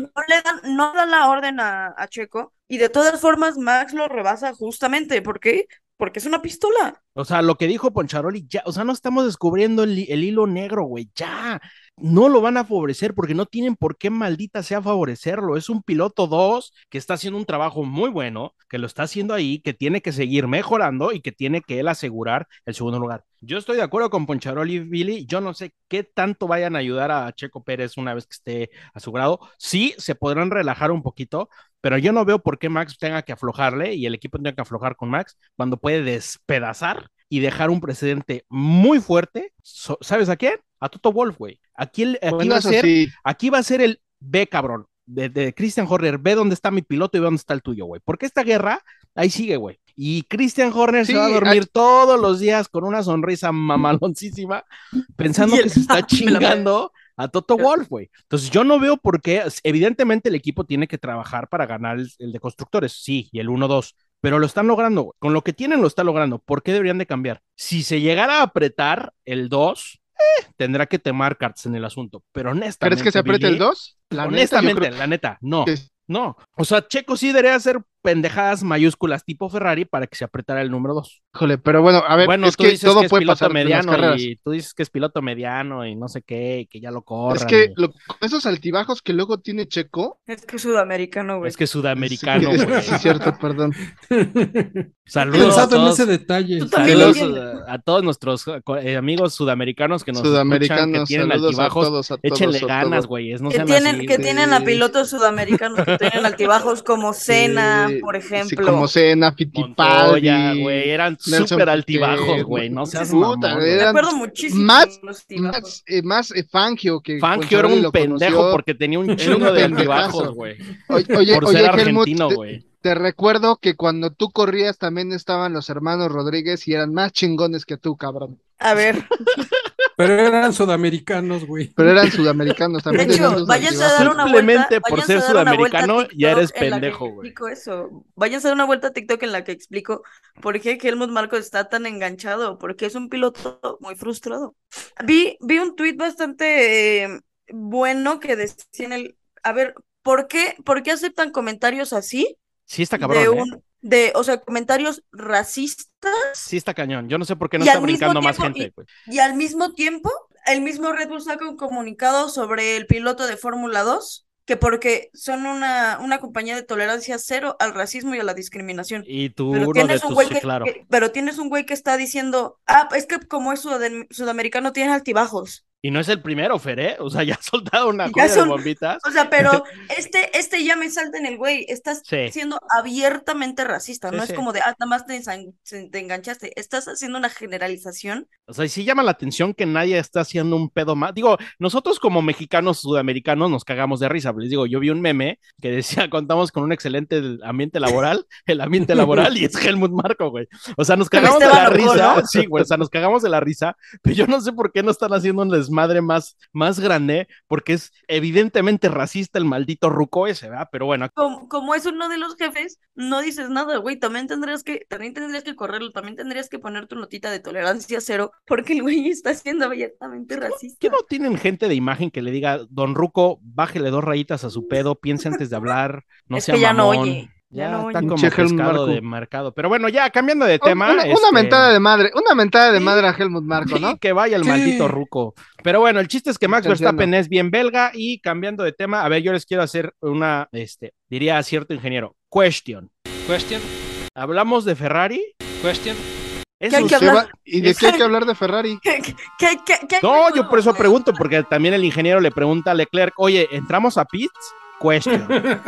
No dan la orden a Checo, y de todas formas Max lo rebasa justamente. ¿Por qué? Porque es una pistola. O sea, lo que dijo Poncharoli, ya, o sea, no estamos descubriendo el hilo negro, güey, ya, no lo van a favorecer porque no tienen por qué maldita sea favorecerlo, es un piloto 2 que está haciendo un trabajo muy bueno, que lo está haciendo ahí, que tiene que seguir mejorando y que tiene que él asegurar el segundo lugar. Yo estoy de acuerdo con Poncharoli y Billy, yo no sé qué tanto vayan a ayudar a Checo Pérez una vez que esté asegurado, sí, se podrán relajar un poquito, pero yo no veo por qué Max tenga que aflojarle y el equipo tenga que aflojar con Max cuando puede despedazar y dejar un precedente muy fuerte. ¿Sabes a quién? A Toto Wolff, güey. Bueno, eso sí. Aquí va a ser el B, cabrón, de Christian Horner. Ve dónde está mi piloto y ve dónde está el tuyo, güey. Porque esta guerra, ahí sigue, güey. Y Christian Horner Sí, se va a dormir todos los días con una sonrisa mamaloncísima, pensando que se está chingando a Toto Wolff, güey. Entonces yo no veo por qué, evidentemente el equipo tiene que trabajar para ganar el de constructores, sí, y el 1-2, pero lo están logrando, güey. Con lo que tienen lo está logrando. ¿Por qué deberían de cambiar? Si se llegara a apretar el 2, tendrá que tomar cartas en el asunto, pero honestamente, ¿Crees que se apriete Billy, el 2? honestamente, la neta, no. No, o sea, Checo sí debería hacer pendejadas mayúsculas tipo Ferrari para que se apretara el número 2. Híjole, pero bueno, a ver, Bueno, es tú que dices todo que es puede piloto pasar en las mediano carreras. y tú dices que es piloto mediano y no sé qué, que ya lo corran. Es que con esos altibajos que luego tiene Checo. Es que es sudamericano, güey. Es que es sudamericano, güey. Sí, cierto, perdón. Saludos a Pensado en todos. ese detalle. Tú también Saludos lo entiendes. a todos nuestros amigos sudamericanos que nos escuchan, que Sudamericanos, tienen saludos altibajos. a todos, Échenle a ganas, todos. güey. No Que sean tienen, así. que güey. tienen a pilotos sudamericanos que tienen altibajos como Senna, Sí, por sí, ejemplo. como Senna, Montoya, Fittipaldi, güey. Eran Nelson súper altibajos, Piquet, güey. No seas puta, mamón, güey. Me eran acuerdo muchísimo más, de los altibajos. más Fangio que Fangio era Poncharoli un lo pendejo conoció. porque tenía un Era chingo un de pendejazo. altibajos, güey. Oye, Por ser Helmut, argentino, güey. te recuerdo que cuando tú corrías también estaban los hermanos Rodríguez y eran más chingones que tú, cabrón. A ver, Pero eran sudamericanos, güey. Pero eran sudamericanos De también. tenían hecho, sus váyanse a dar altibajos. una vuelta. Simplemente por Váyanse ser a dar una vuelta a sudamericano, ya TikTok eres en la que pendejo, güey. explico eso. Váyanse a dar una vuelta a TikTok en la que explico por qué Helmut Marko está tan enganchado, porque es un piloto muy frustrado. Vi un tuit bastante bueno que decía en el, a ver, ¿por qué aceptan comentarios así Sí está de cabrón, ¿eh? o sea, comentarios racistas Sí está cañón. Yo no sé por qué no y está al mismo brincando más tiempo gente, güey. y al mismo tiempo el mismo Red Bull saca un comunicado sobre el piloto de Fórmula 2 que porque son una compañía de tolerancia cero al racismo y a la discriminación. Y tú, Pero uno de tienes un tus, güey sí, claro. pero tienes un güey que está diciendo, es que como es sudamericano tiene altibajos. Y no es el primero, Fer, ¿eh? O sea, ya ha soltado una Y ya joya de son, bombitas. o sea, pero este ya me salta en el güey, estás Sí, siendo abiertamente racista, sí, no es sí. como de, nada más te enganchaste, estás haciendo una generalización. O sea, y sí llama la atención que nadie está haciendo un pedo más. Digo, nosotros como mexicanos sudamericanos nos cagamos de risa. Les digo, yo vi un meme que decía, contamos con un excelente ambiente laboral, el ambiente laboral, y es Helmut Marko, güey. O sea, nos Con cagamos de Esteban la Ocon, risa. ¿no? Sí, güey, o sea, nos cagamos de la risa, pero yo no sé por qué no están haciendo un desmadre más grande, porque es evidentemente racista el maldito ruco ese, ¿verdad? Pero bueno. Como es uno de los jefes, no dices nada, güey, también tendrías que correrlo, también tendrías que poner tu notita de tolerancia cero, porque el güey está siendo abiertamente racista. ¿Qué no tienen gente de imagen que le diga, don Ruco, bájele 2 rayitas a su pedo, piense antes de hablar, no Es sea que ya no mamón? oye, ya no Está oye. como Pinche Helmut pescado Marko. de mercado. Pero bueno, ya cambiando de tema. Una mentada de madre, a Helmut Marko, Sí, ¿no? que vaya el Sí. maldito ruco. Pero bueno, el chiste es que Max Anciano. Verstappen es bien belga y cambiando de tema, a ver, yo les quiero hacer una, diría a cierto ingeniero, question. ¿Hablamos de Ferrari? ¿Qué hay que ¿Qué hablar? va- ¿Y de qué hay que hablar de Ferrari? ¿Qué No, yo por eso pregunto, porque también el ingeniero le pregunta a Leclerc, oye, ¿entramos a pits? Question.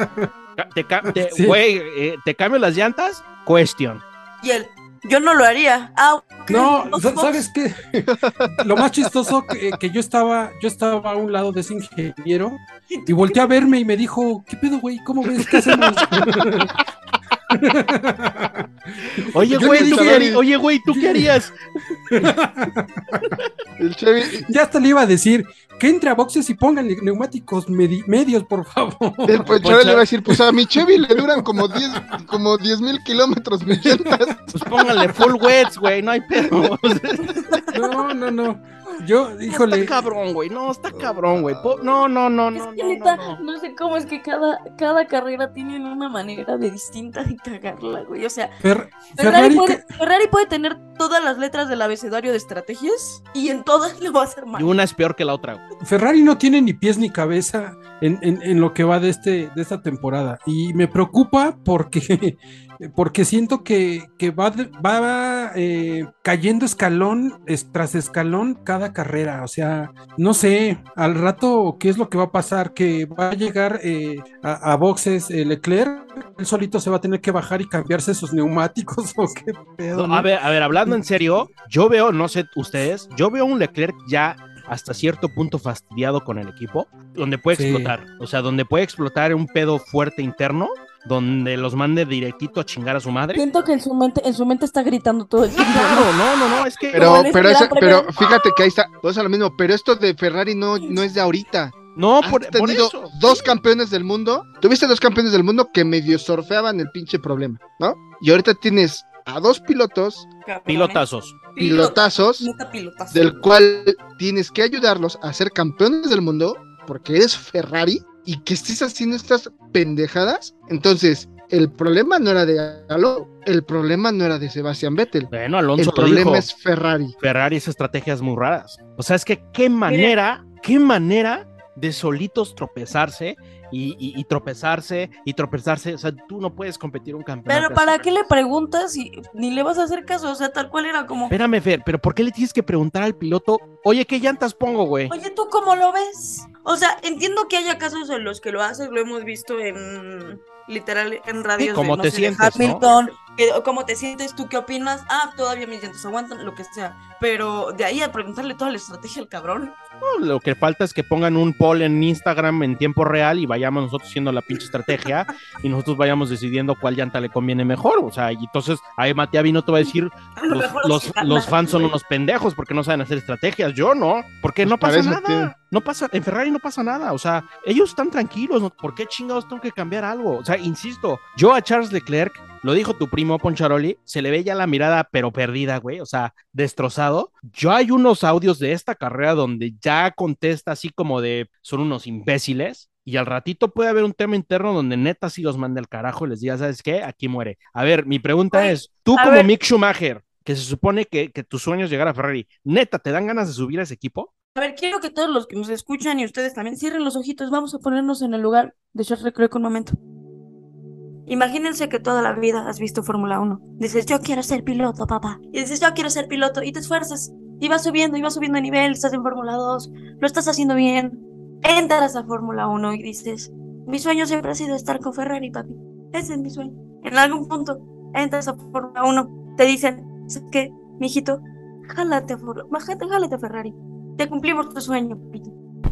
Sí. Güey, ¿te cambio las llantas? Question. Y él, yo no lo haría. Ok, No, Fox. ¿sabes qué? Lo más chistoso que yo estaba a un lado de ese ingeniero y volteé a verme y me dijo, ¿qué pedo, güey? ¿Cómo ves? ¿Qué hacemos? Oye, Yo güey, le ¿tú dije, qué harías? Oye, güey, ¿tú qué harías? El Chevy, Ya hasta le iba a decir que entre a boxes y pongan neumáticos medios, por favor. el Pochero le iba a decir, pues a mi Chevy le duran como 10,000 kilómetros mis llantas. Pues pónganle full wets, güey, no hay pedo. No. Yo, híjole. Está cabrón, güey, no, está cabrón, güey. No. Es que neta, no sé cómo es que cada carrera tiene una manera de distinta de cagarla, güey. O sea, Ferrari, Ferrari puede tener todas las letras del abecedario de estrategias y en todas lo va a hacer mal. Y una es peor que la otra, güey. Ferrari no tiene ni pies ni cabeza en lo que va de esta temporada. Y me preocupa porque siento que va cayendo escalón tras escalón cada carrera. O sea, no sé, al rato qué es lo que va a pasar, que va a llegar a boxes Leclerc, él solito se va a tener que bajar y cambiarse sus neumáticos o qué pedo. No, a ver, hablando en serio, yo veo, no sé ustedes, yo veo un Leclerc ya hasta cierto punto fastidiado con el equipo, donde puede explotar, o sea, donde puede explotar un pedo fuerte interno, donde los mande directito a chingar a su madre. Siento que en su mente está gritando todo el tiempo. Claro, no, es que... Pero fíjate que ahí está, pues a lo mismo, pero esto de Ferrari no es de ahorita. No, Has por tenido eso. dos campeones del mundo. Tuviste dos campeones del mundo que medio surfeaban el pinche problema, ¿no? Y ahorita tienes a dos pilotos, Pilotazos. pilotazos, Neta pilotazo. del cual tienes que ayudarlos a ser campeones del mundo porque eres Ferrari y que estés haciendo estas pendejadas. Entonces, el problema no era de Alonso, el problema no era de Sebastián Vettel. Bueno, Alonso El lo problema dijo. es Ferrari. Ferrari es estrategias muy raras. O sea, es que qué manera de solitos tropezarse y tropezarse y tropezarse. O sea, tú no puedes competir un campeonato. Pero ¿para así. qué le preguntas si ni le vas a hacer caso? O sea, tal cual era como, Espérame, Fer, pero ¿por qué le tienes que preguntar al piloto, oye, qué llantas pongo, güey? oye, ¿tú cómo lo ves? O sea, entiendo que haya casos en los que lo haces, lo hemos visto en literal en radios Sí, cómo de, te sé, sientes, de Hamilton, cómo te sientes, tú qué opinas, todavía mis llantas aguantan, lo que sea, pero de ahí a preguntarle toda la estrategia al cabrón, No, lo que falta es que pongan un poll en Instagram en tiempo real y vayamos nosotros haciendo la pinche estrategia y nosotros vayamos decidiendo cuál llanta le conviene mejor. O sea, y entonces ahí Matías no te va a decir los fans son unos pendejos porque no saben hacer estrategias. Yo no, porque no pasa nada. No pasa, en Ferrari no pasa nada. O sea, ellos están tranquilos. ¿No? ¿Por qué chingados tengo que cambiar algo? O sea, insisto, yo a Charles Leclerc, lo dijo tu primo Poncharoli, se le ve ya la mirada pero perdida, güey, o sea, destrozado. Yo hay unos audios de esta carrera donde ya contesta así como de, son unos imbéciles, y al ratito puede haber un tema interno donde neta sí los mande al carajo y les diga, ¿sabes qué? Aquí muere. A ver, mi pregunta es, tú como Mick Schumacher, que se supone que tu sueño es llegar a Ferrari, ¿neta te dan ganas de subir a ese equipo? A ver, quiero que todos los que nos escuchan y ustedes también cierren los ojitos. Vamos a ponernos en el lugar de Charles Leclerc un momento. Imagínense que toda la vida has visto Fórmula 1. Dices, yo quiero ser piloto, papá. Y dices, yo quiero ser piloto. Y te esfuerzas. Y vas subiendo de nivel. Estás en Fórmula 2. Lo estás haciendo bien. Entras a Fórmula 1 y dices, mi sueño siempre ha sido estar con Ferrari, papi. Ese es mi sueño. En algún punto entras a Fórmula 1. Te dicen, ¿sabes qué, mijito? Jálate a Ferrari. Te cumplimos tu sueño, papito.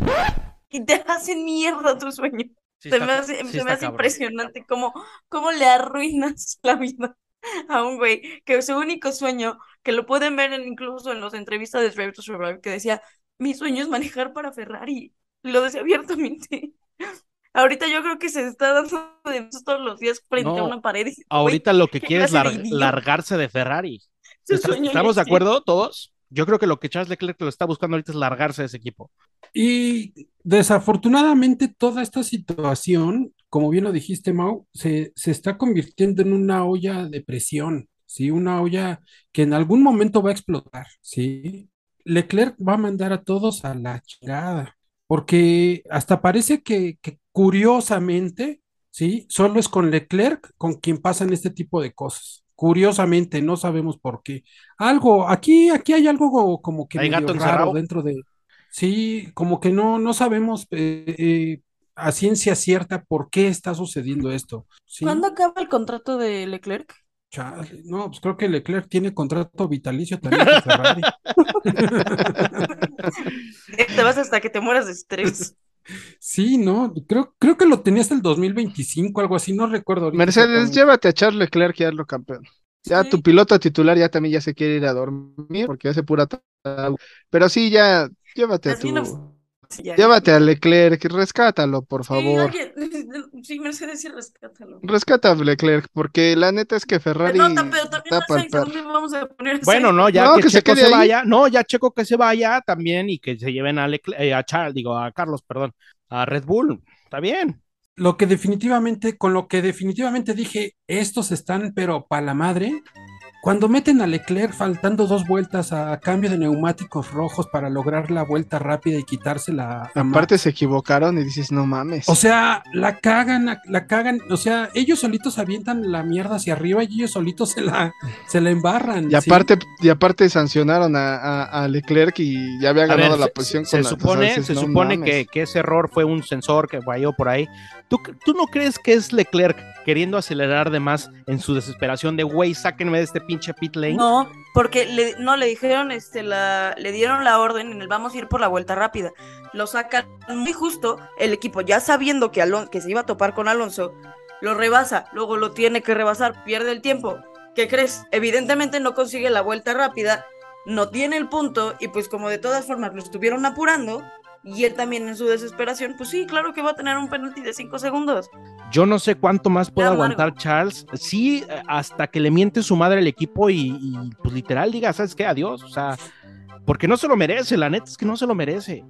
Y te hacen mierda tu sueño. Se me hace impresionante cómo le arruinas la vida a un güey que su único sueño, que lo pueden ver incluso en las entrevistas de Drive to Survive, que decía, mi sueño es manejar para Ferrari. Lo decía abiertamente. Ahorita yo creo que se está dando de todos los días frente a una pared. Ahorita lo que quiere es largarse de Ferrari. ¿Estamos de acuerdo todos? Yo creo que lo que Charles Leclerc lo está buscando ahorita es largarse de ese equipo. Y desafortunadamente toda esta situación, como bien lo dijiste, Mau, se está convirtiendo en una olla de presión, ¿sí? Una olla que en algún momento va a explotar, ¿sí? Leclerc va a mandar a todos a la chingada, porque hasta parece que curiosamente, ¿sí? Solo es con Leclerc con quien pasan este tipo de cosas. Curiosamente, no sabemos por qué. Aquí hay algo como que medio gato raro encerrado dentro de... Sí, como que no sabemos a ciencia cierta por qué está sucediendo esto. ¿Sí? ¿Cuándo acaba el contrato de Leclerc? Chale, no, pues creo que Leclerc tiene contrato vitalicio también con Ferrari. Te vas hasta que te mueras de estrés. Sí, no, creo que lo tenía hasta el 2025, algo así, no recuerdo. Mercedes, llévate a Charles Leclerc y hazlo campeón. Ya tu piloto titular ya también ya se quiere ir a dormir porque hace pura tarde. Pero sí, ya llévate llévate a Leclerc, rescátalo, por favor. Sí, Mercedes, sí, rescátalo. Rescata a Leclerc, porque la neta es que Ferrari pero también tapa el perro. Vamos a poner bueno, no, ya no, que Checo se ahí. vaya, no, ya Checo que se vaya también y que se lleven a Carlos, perdón, a Red Bull, está bien. Con lo que definitivamente dije, estos están, pero para la madre, cuando meten a Leclerc faltando 2 vueltas a cambio de neumáticos rojos para lograr la vuelta rápida y quitársela a Aparte Max. se equivocaron y dices, no mames. O sea, la cagan, o sea, ellos solitos avientan la mierda hacia arriba y ellos solitos se la embarran. Y aparte sancionaron a Leclerc y ya había ganado la posición. Se supone que ese error fue un sensor que falló por ahí. ¿Tú no crees que es Leclerc queriendo acelerar de más en su desesperación de, güey, sáquenme de este pinche pit lane? No, porque le dijeron, le dieron la orden en el vamos a ir por la vuelta rápida. Lo sacan muy justo, el equipo ya sabiendo que se iba a topar con Alonso, lo rebasa, luego lo tiene que rebasar, pierde el tiempo. ¿Qué crees? Evidentemente no consigue la vuelta rápida, no tiene el punto y pues como de todas formas lo estuvieron apurando, y él también en su desesperación, pues sí, claro que va a tener un penalti de 5 segundos. Yo no sé cuánto más puede aguantar Charles, sí, hasta que le miente su madre al equipo y pues literal diga, ¿sabes qué? Adiós, o sea, porque no se lo merece, la neta es que no se lo merece.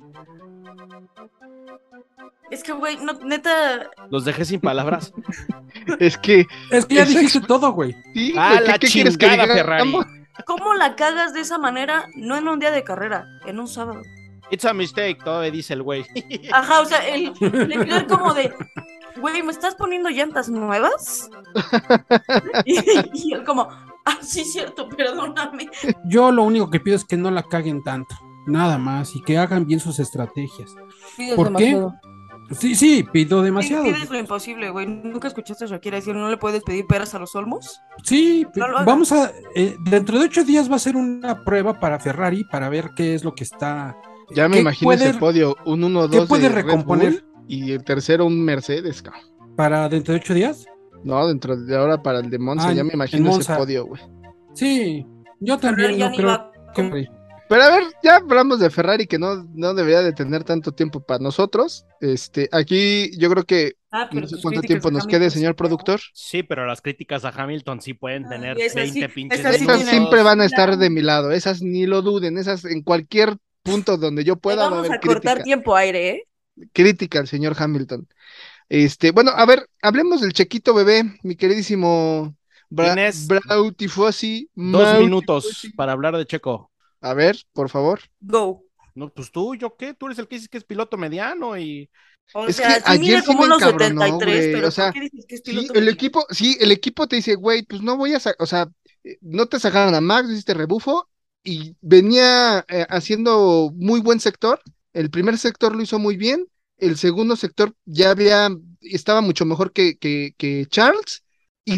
Es que, güey, no, neta... Los dejé sin palabras. Es que ya dijiste todo, güey. Sí, la ¿qué quieres que diga? Ferrari. ¿Cómo la cagas de esa manera? No en un día de carrera, en un sábado. It's a mistake, todavía dice el güey. Ajá, o sea, el Leclerc como de, güey, ¿me estás poniendo llantas nuevas? y él como, sí, cierto, perdóname. Yo lo único que pido es que no la caguen tanto, nada más, y que hagan bien sus estrategias. Pides ¿Por demasiado. qué? Sí, pido demasiado. Pides lo imposible, güey. ¿Nunca escuchaste a Shakira decir, no le puedes pedir peras a los olmos? Sí, No vamos a... dentro de 8 días va a ser una prueba para Ferrari para ver qué es lo que está Ya me ¿Qué imagino ese puede- podio, un ¿Qué 1-2 puede de Red recomponer Bull y el tercero un Mercedes, cabrón. para dentro de 8 días? No, dentro de ahora para el de Monza, Ah, ya me en imagino ese Monza. podio, güey. Sí, yo también ya no ni creo va que... Pero a ver, ya hablamos de Ferrari que no debería de tener tanto tiempo para nosotros. Aquí yo creo que pero no sé tus cuánto críticas tiempo a nos Hamilton quede, sí, señor ¿no? productor. Sí, pero las críticas a Hamilton sí pueden tener esas 20 sí- pinches esas sí Esas minutos. siempre van a tienen- estar de mi lado, esas ni lo duden, esas en cualquier punto donde yo Te pueda va a vamos haber a cortar crítica, tiempo aire, ¿eh? crítica al señor Hamilton. Bueno, a ver, hablemos del Chequito bebé, mi queridísimo Tienes Brautifosi, 2 minutos Mautifosi. para hablar de Checo. A ver, por favor. Go. No, pues tú, ¿yo qué? Tú eres el que dices que es piloto mediano y O Es que sea, sí ayer mide sí como me unos encabronó, 73, güey. O pero ¿por sea, qué dices que es sí, piloto mediano? el equipo te dice, güey, pues no voy a o sea, no te sacaron a Max, hiciste rebufo y venía haciendo muy buen sector. El primer sector lo hizo muy bien. El segundo sector estaba mucho mejor que Charles y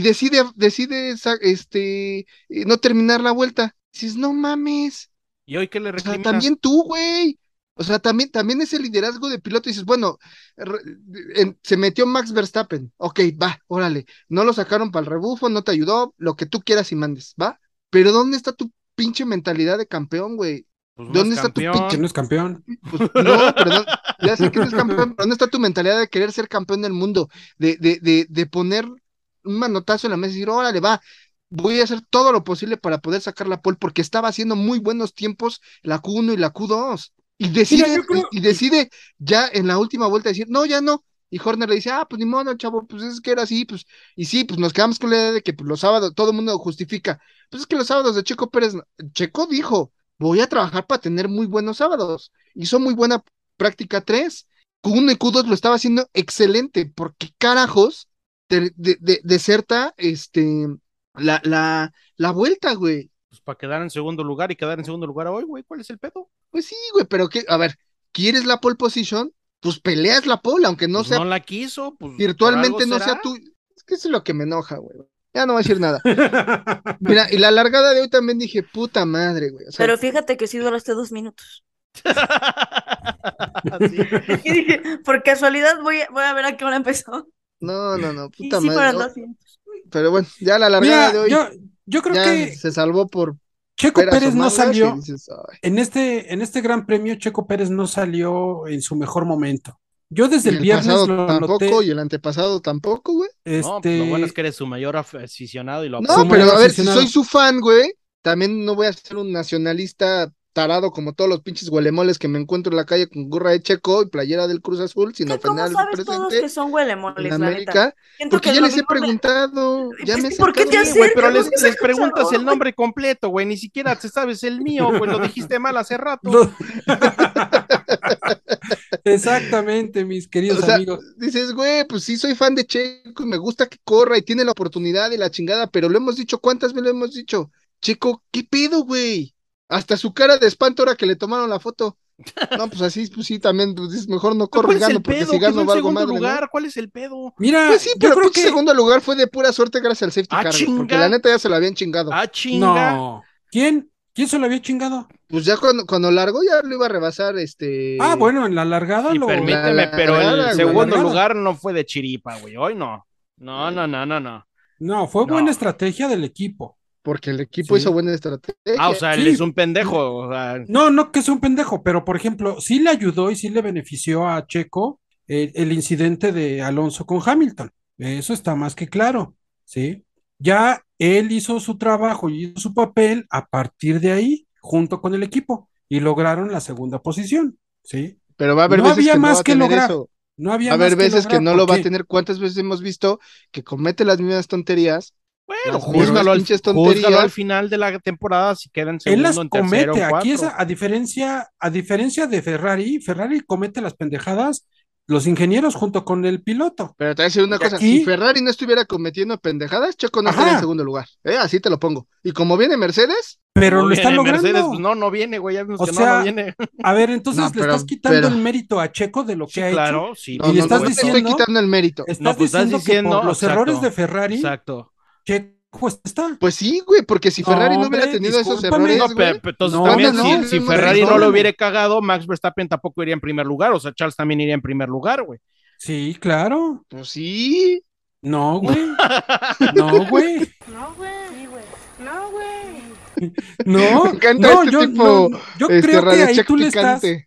decide no terminar la vuelta. Dices, no mames. ¿y hoy qué le O sea, recriminas? también tú, güey. O sea, también ese liderazgo de piloto. Dices, bueno, re- se metió Max Verstappen. Ok, va, órale. No lo sacaron para el rebufo, no te ayudó, lo que tú quieras y mandes, ¿va? Pero ¿dónde está tu pinche mentalidad de campeón, güey? Pues no es ¿Dónde está tu Que pinche? no campeón. es campeón. Pues no, pero ya sé que no es campeón, pero ¿dónde está tu mentalidad de querer ser campeón del mundo? De poner un manotazo en la mesa y decir, órale, va, voy a hacer todo lo posible para poder sacar la pole, porque estaba haciendo muy buenos tiempos la Q1 y la Q2. Y Mira, decide, yo creo, y decide ya en la última vuelta decir, no, ya no. Y Horner le dice, pues ni modo, chavo, pues es que era así, pues, y sí, pues nos quedamos con la idea de que pues, los sábados, todo el mundo justifica. Pues es que los sábados de Checo Pérez, Checo dijo, voy a trabajar para tener muy buenos sábados. Hizo muy buena práctica 3. Q1 y Q2 lo estaba haciendo excelente. ¿Por qué carajos deserta la vuelta, güey? Pues para quedar en segundo lugar y quedar en segundo lugar hoy, güey, ¿cuál es el pedo? Pues sí, güey, pero a ver, ¿quieres la pole position? Pues peleas la pole, aunque no Pues sea no la quiso, pues por algo virtualmente, no sea será. tú. Es que eso es lo que me enoja, güey. Ya no voy a decir nada. Mira, y la largada de hoy también dije, puta madre, güey. O sea, Pero fíjate que sí duraste 2 minutos. Sí. Y dije, por casualidad voy a ver a qué hora empezó. no, Y puta sí madre. fueron 2 minutos. Pero bueno, ya la largada mira, de hoy yo creo ya que se salvó por Checo peras o Pérez no mangas y salió, dices, ay. en este Gran Premio, Checo Pérez no salió en su mejor momento. Yo Y desde el el viernes pasado lo tampoco, y noté, el antepasado tampoco, güey. No, pues lo bueno es que eres su mayor aficionado y lo No, Su apoyas. pero mayor a ver, si aficionado. soy su fan, güey, también no voy a ser un nacionalista tarado como todos los pinches huelemoles que me encuentro en la calle con gorra de Checo y playera del Cruz Azul, sin ¿Qué, ofender cómo al sabes todos que presente son en huelemoles, la neta? América, Siento porque que ya lo les he mismo preguntado, ya me he ¿por qué te acercado. Sí, güey, pero acercas? No les seas preguntas acusador, el nombre completo, güey, ni siquiera te sabes el mío, güey, lo dijiste mal hace rato. Lo- Exactamente, mis O queridos sea, amigos. dices, güey, pues sí soy fan de Checo y me gusta que corra y tiene la oportunidad y la chingada, pero lo hemos dicho, ¿cuántas veces lo hemos dicho? Checo, ¿qué pedo, güey? Hasta su cara de espanto ahora que le tomaron la foto. No, pues así, pues sí, también, pues es mejor no corro y ¿Cuál es gano, el porque pedo? si Quedó gano en valgo segundo madre, ¿no? lugar, ¿cuál es el pedo? Mira, Pues sí, yo pero creo pinche que segundo lugar fue de pura suerte gracias al safety Ah, car, güey, porque chinga. la neta ya se la habían chingado. Ah, chinga. no. ¿Quién se lo había chingado? Pues ya cuando largó ya lo iba a rebasar, Ah, bueno, en la largada Sí, lo. permíteme, la pero largada, el güey. segundo largada. lugar no fue de chiripa, güey. Hoy no. No. No, fue No. buena estrategia del equipo. Porque el equipo Sí. hizo buena estrategia. Ah, o sea, él Sí. es un pendejo. O sea, No que es un pendejo, pero por ejemplo, sí le ayudó y sí le benefició a Checo el incidente de Alonso con Hamilton. Eso está más que claro, ¿sí? Ya él hizo su trabajo y hizo su papel a partir de ahí, junto con el equipo, y lograron la segunda posición, ¿sí? Pero va a haber No veces había que no va más a que tener lograr, eso. no Va había a haber más que veces que lograr, no lo va a porque tener. ¿Cuántas veces hemos visto que comete las mismas tonterías? bueno, Las mismas júzgalo pinches júzgalo al tonterías. final de la temporada si queda en él las segundo, en tercero, comete. en Aquí es cuarto. a diferencia de Ferrari comete las pendejadas, los ingenieros junto con el piloto. Pero te voy a decir una Y cosa, aquí- si Ferrari no estuviera cometiendo pendejadas, Checo no estaría en Ajá. segundo lugar. Así te lo pongo. Y como viene Mercedes, Pero No lo están viene logrando. Mercedes, pues no viene, güey. Ya vimos O que sea, no viene. A ver, entonces No, le pero- estás quitando pero- el mérito a Checo de lo que Sí, ha claro, hecho. sí. no, Y le no, estás no te estoy diciendo- quitando el mérito. Estás No, pues estás diciendo que diciendo, por los exacto, errores de Ferrari, Exacto. Checo Pues está. Pues sí, güey, porque si Ferrari no hubiera hombre, tenido esos discúlpame. errores, No, güey. entonces No, también no, si, no, si no, Ferrari no lo perdóname. hubiera cagado, Max Verstappen tampoco iría en primer lugar, o sea, Charles también iría en primer lugar, güey. Sí, claro. Pues sí. No, güey. No, güey. No, güey. Sí, güey. No, güey. Me No, encanta no, este yo, tipo, no, yo creo que Radio ahí Check tú le picante.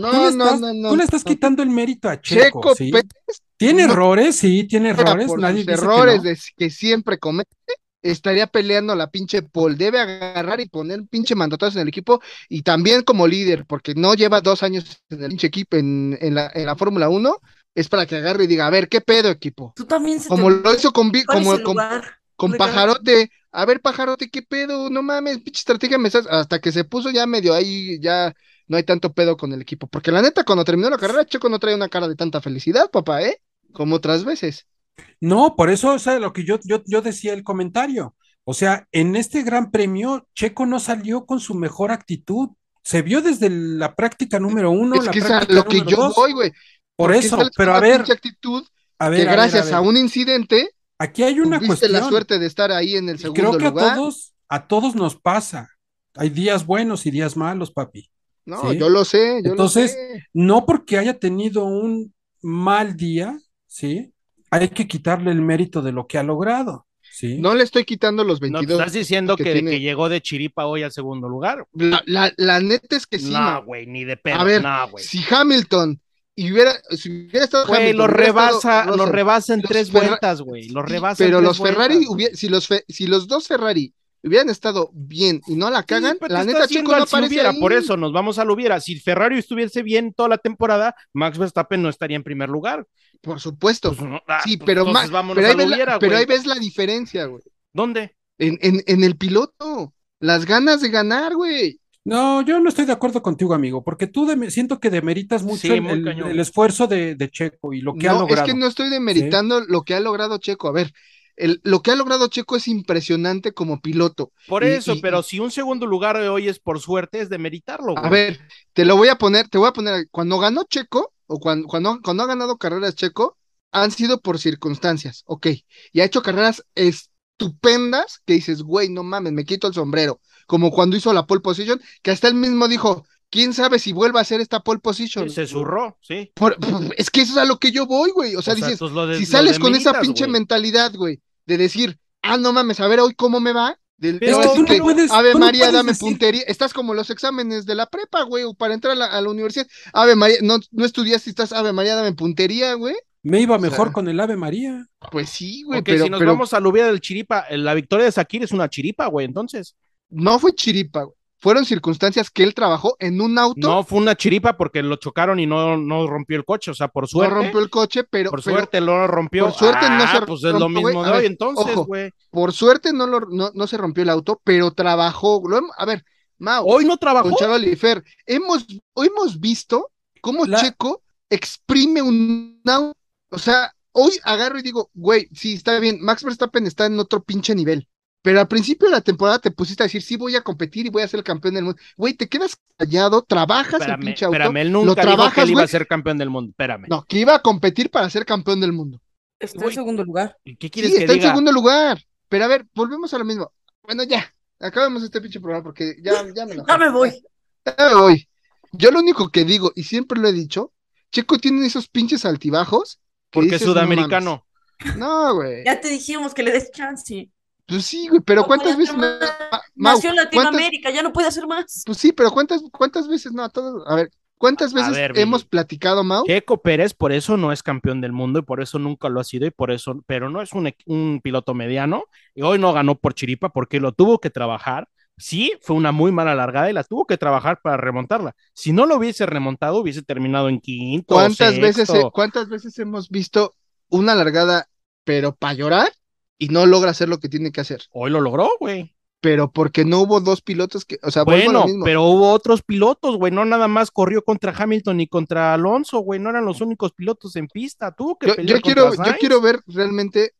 tú le estás quitando el mérito a Checo, Checo ¿sí? Pérez Tiene no errores, sí, tiene fuera errores, por nadie sus dice que errores no. que siempre comete, estaría peleando la pinche pole. Debe agarrar y poner un pinche mandotazo en el equipo y también como líder, porque no lleva 2 años en el pinche equipo en la Fórmula 1, es para que agarre y diga, a ver, ¿qué pedo, equipo? Tú también se Como lo hizo ¿Cuál es como el lugar con de cada quien? Pajarote. A ver, Pajarote, ¿qué pedo? No mames, pinche estrategia me estás. Hasta que se puso ya medio ahí, ya no hay tanto pedo con el equipo. Porque la neta, cuando terminó la carrera, Checo no trae una cara de tanta felicidad, papá, ¿eh? Como otras veces. No, por eso, o sea, lo que yo decía el comentario. O sea, en este gran premio, Checo no salió con su mejor actitud. Se vio desde la práctica número 1, Es la que es a práctica lo que número yo 2. voy, güey. Por Porque eso, sales con pero a una ver, pinche actitud a que ver, a ver, a gracias a ver. un incidente Aquí hay una tuviste la cuestión. suerte de estar ahí en el Y creo segundo que lugar. a todos nos pasa. Hay días buenos y días malos, papi. No, ¿Sí? yo lo sé, yo lo Entonces, sé. no porque haya tenido un mal día, ¿sí? Hay que quitarle el mérito de lo que ha logrado, ¿sí? No le estoy quitando los No, 22 estás diciendo que que tiene. llegó de chiripa hoy al segundo lugar. La neta es que sí, No, güey, ni de A pedo, ver, no, güey. si Hamilton si hubiera estado Güey, Hamilton, hubiera estado lo Russell, rebasa en los 3 vueltas, güey. Lo sí, rebasa en pero tres los Ferrari, vueltas, güey. si los dos Ferrari hubieran estado bien y no la Sí, cagan, pero te la estás neta yendo Checo no al si aparece hubiera, ahí. por eso nos vamos al hubiera. Si Ferrari estuviese bien toda la temporada, Max Verstappen no estaría en primer lugar. Por supuesto. Pues, no, Sí, pues entonces vámonos pero ahí al ves hubiera, pero ahí güey. ves la diferencia, güey. ¿Dónde? En el piloto, las ganas de ganar, güey. No, yo no estoy de acuerdo contigo, amigo, porque siento que demeritas mucho Sí, muy cañón. el esfuerzo de Checo y lo que ha No, es que logrado. no estoy ¿Sí? demeritando lo que ha logrado Checo. A ver, lo que ha logrado Checo es impresionante como piloto. Por Y, eso, pero si un segundo lugar de hoy es por suerte, es de meritarlo, a güey. ver, te voy a poner, cuando ganó Checo, o cuando ha ganado carreras Checo, han sido por circunstancias, ok, y ha hecho carreras estupendas que dices, güey, no mames, me quito el sombrero, como cuando hizo la pole position, que hasta él mismo dijo, quién sabe si vuelva a hacer esta pole position. Sí, se zurró, sí. Es que eso es a lo que yo voy, güey, o sea, dices, entonces si sales con esa demeritas, pinche güey. mentalidad, güey, de decir, no mames, a ver hoy cómo me va. Pero Es que tú no puedes, Ave tú no María, puedes dame decir- puntería. Estás como los exámenes de la prepa, güey, o para entrar a la universidad. Ave María, no estudiaste, estás Ave María, dame puntería, güey. Me iba O sea, mejor con el Ave María. Pues sí, güey, Ok, si nos pero vamos al hubiera del chiripa, la victoria de Sakir es una chiripa, güey, entonces. no fue chiripa, güey. Fueron circunstancias que él trabajó en un auto, No fue una chiripa porque lo chocaron y no rompió el coche, o sea, por no suerte. rompió el coche, Por suerte lo rompió. por suerte no se pues es lo rompió, güey. mismo de A hoy, ver, entonces, ojo, güey. por suerte no se rompió el auto, pero trabajó. A ver, Mau, Hoy no trabajó. con Charol y Fer, hemos visto cómo La- Checo exprime un auto. O sea, hoy agarro y digo, güey, sí, está bien, Max Verstappen está en otro pinche nivel. Pero al principio de la temporada te pusiste a decir, sí, voy a competir y voy a ser el campeón del mundo. Güey, te quedas callado, trabajas el pinche auto. Espérame, él lo nunca dijo que trabajas, él iba güey. a ser campeón del mundo. Espérame. No, que iba a competir para ser campeón del mundo. Está Güey. en segundo lugar. ¿Y qué quieres Sí, que está en diga? segundo lugar. Pero a ver, volvemos a lo mismo. Bueno, ya, acabemos este pinche programa porque ya me enojé. Ya me voy. Ya me voy. Yo lo único que digo, y siempre lo he dicho, Checo tiene esos pinches altibajos. Que Porque es dices, no sudamericano. mames. No, güey. Ya te dijimos que le des chance. Pues sí, güey, pero No ¿cuántas puede hacer veces más. Mau, Nació en Latinoamérica, ya no puede hacer más. Pues sí, pero ¿cuántas veces no? A ver, ¿cuántas A veces ver, hemos Billy. platicado, Mau? Checo Pérez por eso no es campeón del mundo y por eso nunca lo ha sido y por eso, pero no es un piloto mediano y hoy no ganó por chiripa porque lo tuvo que trabajar. Sí, fue una muy mala largada y la tuvo que trabajar para remontarla. Si no lo hubiese remontado, hubiese terminado en quinto, sexto. ¿Cuántas veces hemos visto una largada, pero para llorar y no logra hacer lo que tiene que hacer? Hoy lo logró, güey. Pero porque no hubo dos pilotos o sea, vuelvo a lo Bueno, mismo. pero hubo otros pilotos, güey. No nada más corrió contra Hamilton y contra Alonso, güey. No eran los únicos pilotos en pista. Tuvo que pelear contra Yo Sainz. quiero ver realmente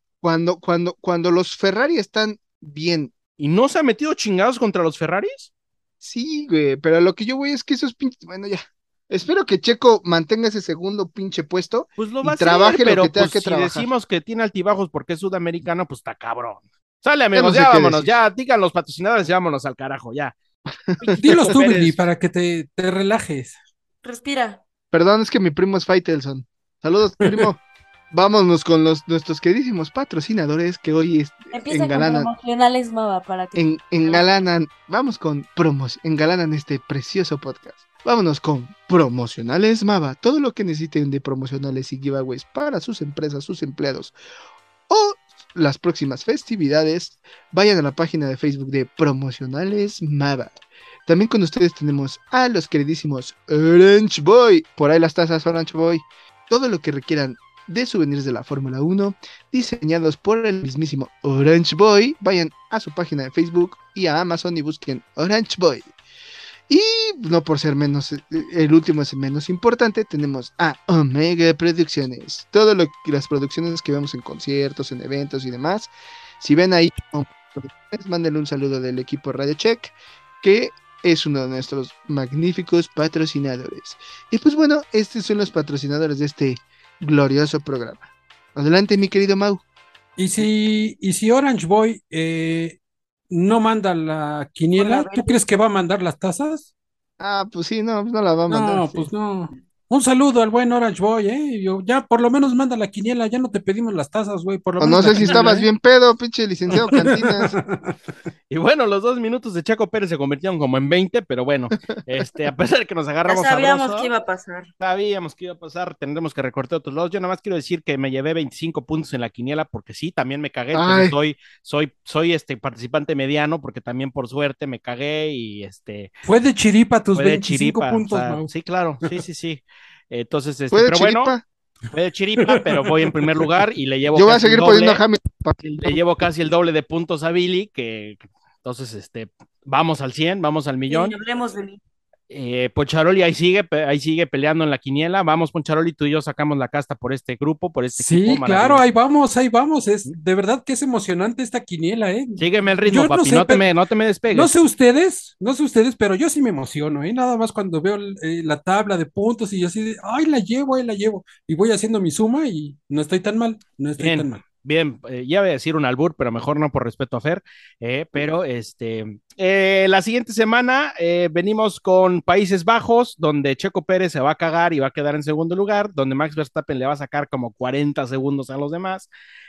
cuando los Ferrari están bien. ¿Y no se ha metido chingados contra los Ferraris? Sí, güey, pero a lo que yo voy es que esos pinches, bueno, ya. Espero que Checo mantenga ese segundo pinche puesto Pues lo y va a hacer, trabaje lo pero que tenga pues que si trabajar. decimos que tiene altibajos porque es sudamericano, pues está cabrón. Sale, amigos, no sé ya qué vámonos, decir. ya digan los patrocinadores y vámonos al carajo, ya. Dilos tú, Pérez. Billy, para que te relajes. Respira. Perdón, es que mi primo es Faitelson. Saludos, primo. Vámonos con nuestros queridísimos patrocinadores que hoy Empieza con engalanan, promocionales Mava para que. engalanan, vamos con engalanan este precioso podcast. Vámonos con Promocionales Mava, todo lo que necesiten de promocionales y giveaways para sus empresas, sus empleados o las próximas festividades, vayan a la página de Facebook de Promocionales Mava. También con ustedes tenemos a los queridísimos Orange Boy, por ahí las tazas Orange Boy, todo lo que requieran de souvenirs de la Fórmula 1, diseñados por el mismísimo Orange Boy, vayan a su página de Facebook y a Amazon y busquen Orange Boy. Y no por ser menos, el último es menos importante, tenemos a Omega Producciones. Todas las producciones que vemos en conciertos, en eventos y demás. Si ven ahí, mándenle un saludo del equipo Radio Check, que es uno de nuestros magníficos patrocinadores. Y pues bueno, estos son los patrocinadores de este glorioso programa. Adelante, mi querido Mau. Y si Orange Boy no manda la quiniela, Hola, ¿tú crees que va a mandar las tazas? Ah, pues sí, no la va a mandar. No, pues no. Un saludo al buen Orange Boy, ¿eh? Ya por lo menos manda la quiniela, ya no te pedimos las tazas, güey, por lo O menos no la sé si quiniela, estabas ¿eh? bien pedo, pinche licenciado Cantinas. Y bueno, los 2 minutos de Checo Pérez se convirtieron como en 20, pero bueno, a pesar de que nos Ya agarramos sabíamos sabroso, que iba a pasar. sabíamos que iba a pasar, tendremos que recortar otros lados. Yo nada más quiero decir que me llevé 25 puntos en la quiniela porque sí, también me cagué, entonces Ay, soy participante mediano porque también por suerte me cagué y Fue de chiripa tus fue de 25 chiripa, o puntos, sea, Mau. sí, claro, sí. Entonces, ¿fue de pero bueno, chiripa? fue de chiripa, pero voy en primer lugar y le llevo Yo voy a casi el seguir poniendo a doble, Hamilton. le llevo casi el doble de puntos a Billy, que entonces, vamos al 100, vamos al Sí, millón. hablemos de mí. Poncharoli ahí sigue peleando en la quiniela. Vamos, Poncharoli, tú y yo sacamos la casta por este grupo, por este equipo Sí, claro, maravilloso. ahí vamos. De verdad que es emocionante esta quiniela, ¿eh? Sígueme el ritmo, Yo no papi, sé, pero no te me no despegues. sé ustedes, pero yo sí me emociono, ¿eh? Nada más cuando veo la tabla de puntos y yo así de, ay, la llevo. Y voy haciendo mi suma y no estoy tan mal, no estoy tan mal. Bien, ya voy a decir un albur, pero mejor no por respeto a Fer. Pero la siguiente semana venimos con Países Bajos, donde Checo Pérez se va a cagar y va a quedar en segundo lugar, donde Max Verstappen le va a sacar como 40 segundos a los demás.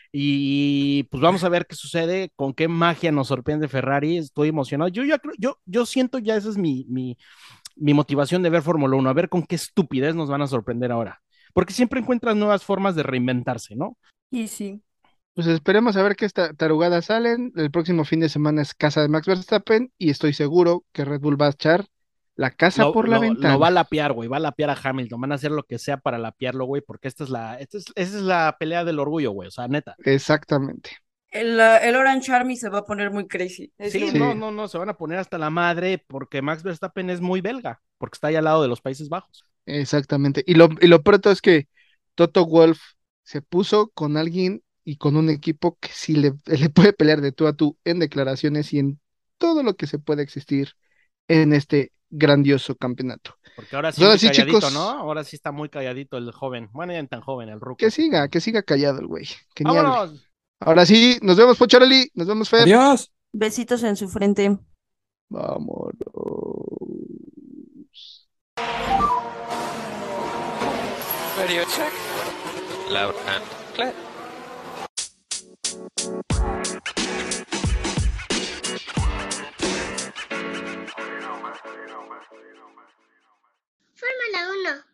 Y pues vamos a ver qué sucede, con qué magia nos sorprende Ferrari. Estoy emocionado. Yo siento ya esa es mi motivación de ver Fórmula 1, a ver con qué estupidez nos van a sorprender ahora. Porque siempre encuentras nuevas formas de reinventarse, ¿no? Y sí. Pues esperemos a ver qué tarugadas salen. El próximo fin de semana es casa de Max Verstappen y estoy seguro que Red Bull va a echar la casa por la Lo va a ventana. lapear, güey, va a lapear a Hamilton, van a hacer lo que sea para lapearlo, güey, porque esa es la pelea del orgullo, güey, o sea, neta. Exactamente. El Orange Army se va a poner muy crazy. Es lo Sí, único. Sí, no, se van a poner hasta la madre porque Max Verstappen es muy belga, porque está ahí al lado de los Países Bajos. exactamente. Y lo pronto es que Toto Wolff se puso con alguien y con un equipo que sí le puede pelear de tú a tú en declaraciones y en todo lo que se puede existir en este grandioso campeonato. Porque ahora Pues sí ahora muy sí, calladito, ¿no? chicos, Ahora sí está muy calladito el joven. Bueno, ya no tan joven, el ruco. que siga callado el güey, que ni hable. ¡Vámonos! Ahora sí, nos vemos, Pocharoli, nos vemos, Fer. Adiós. Besitos en su frente. Vámonos. Radio check. Loud and clear. Fórmula 1.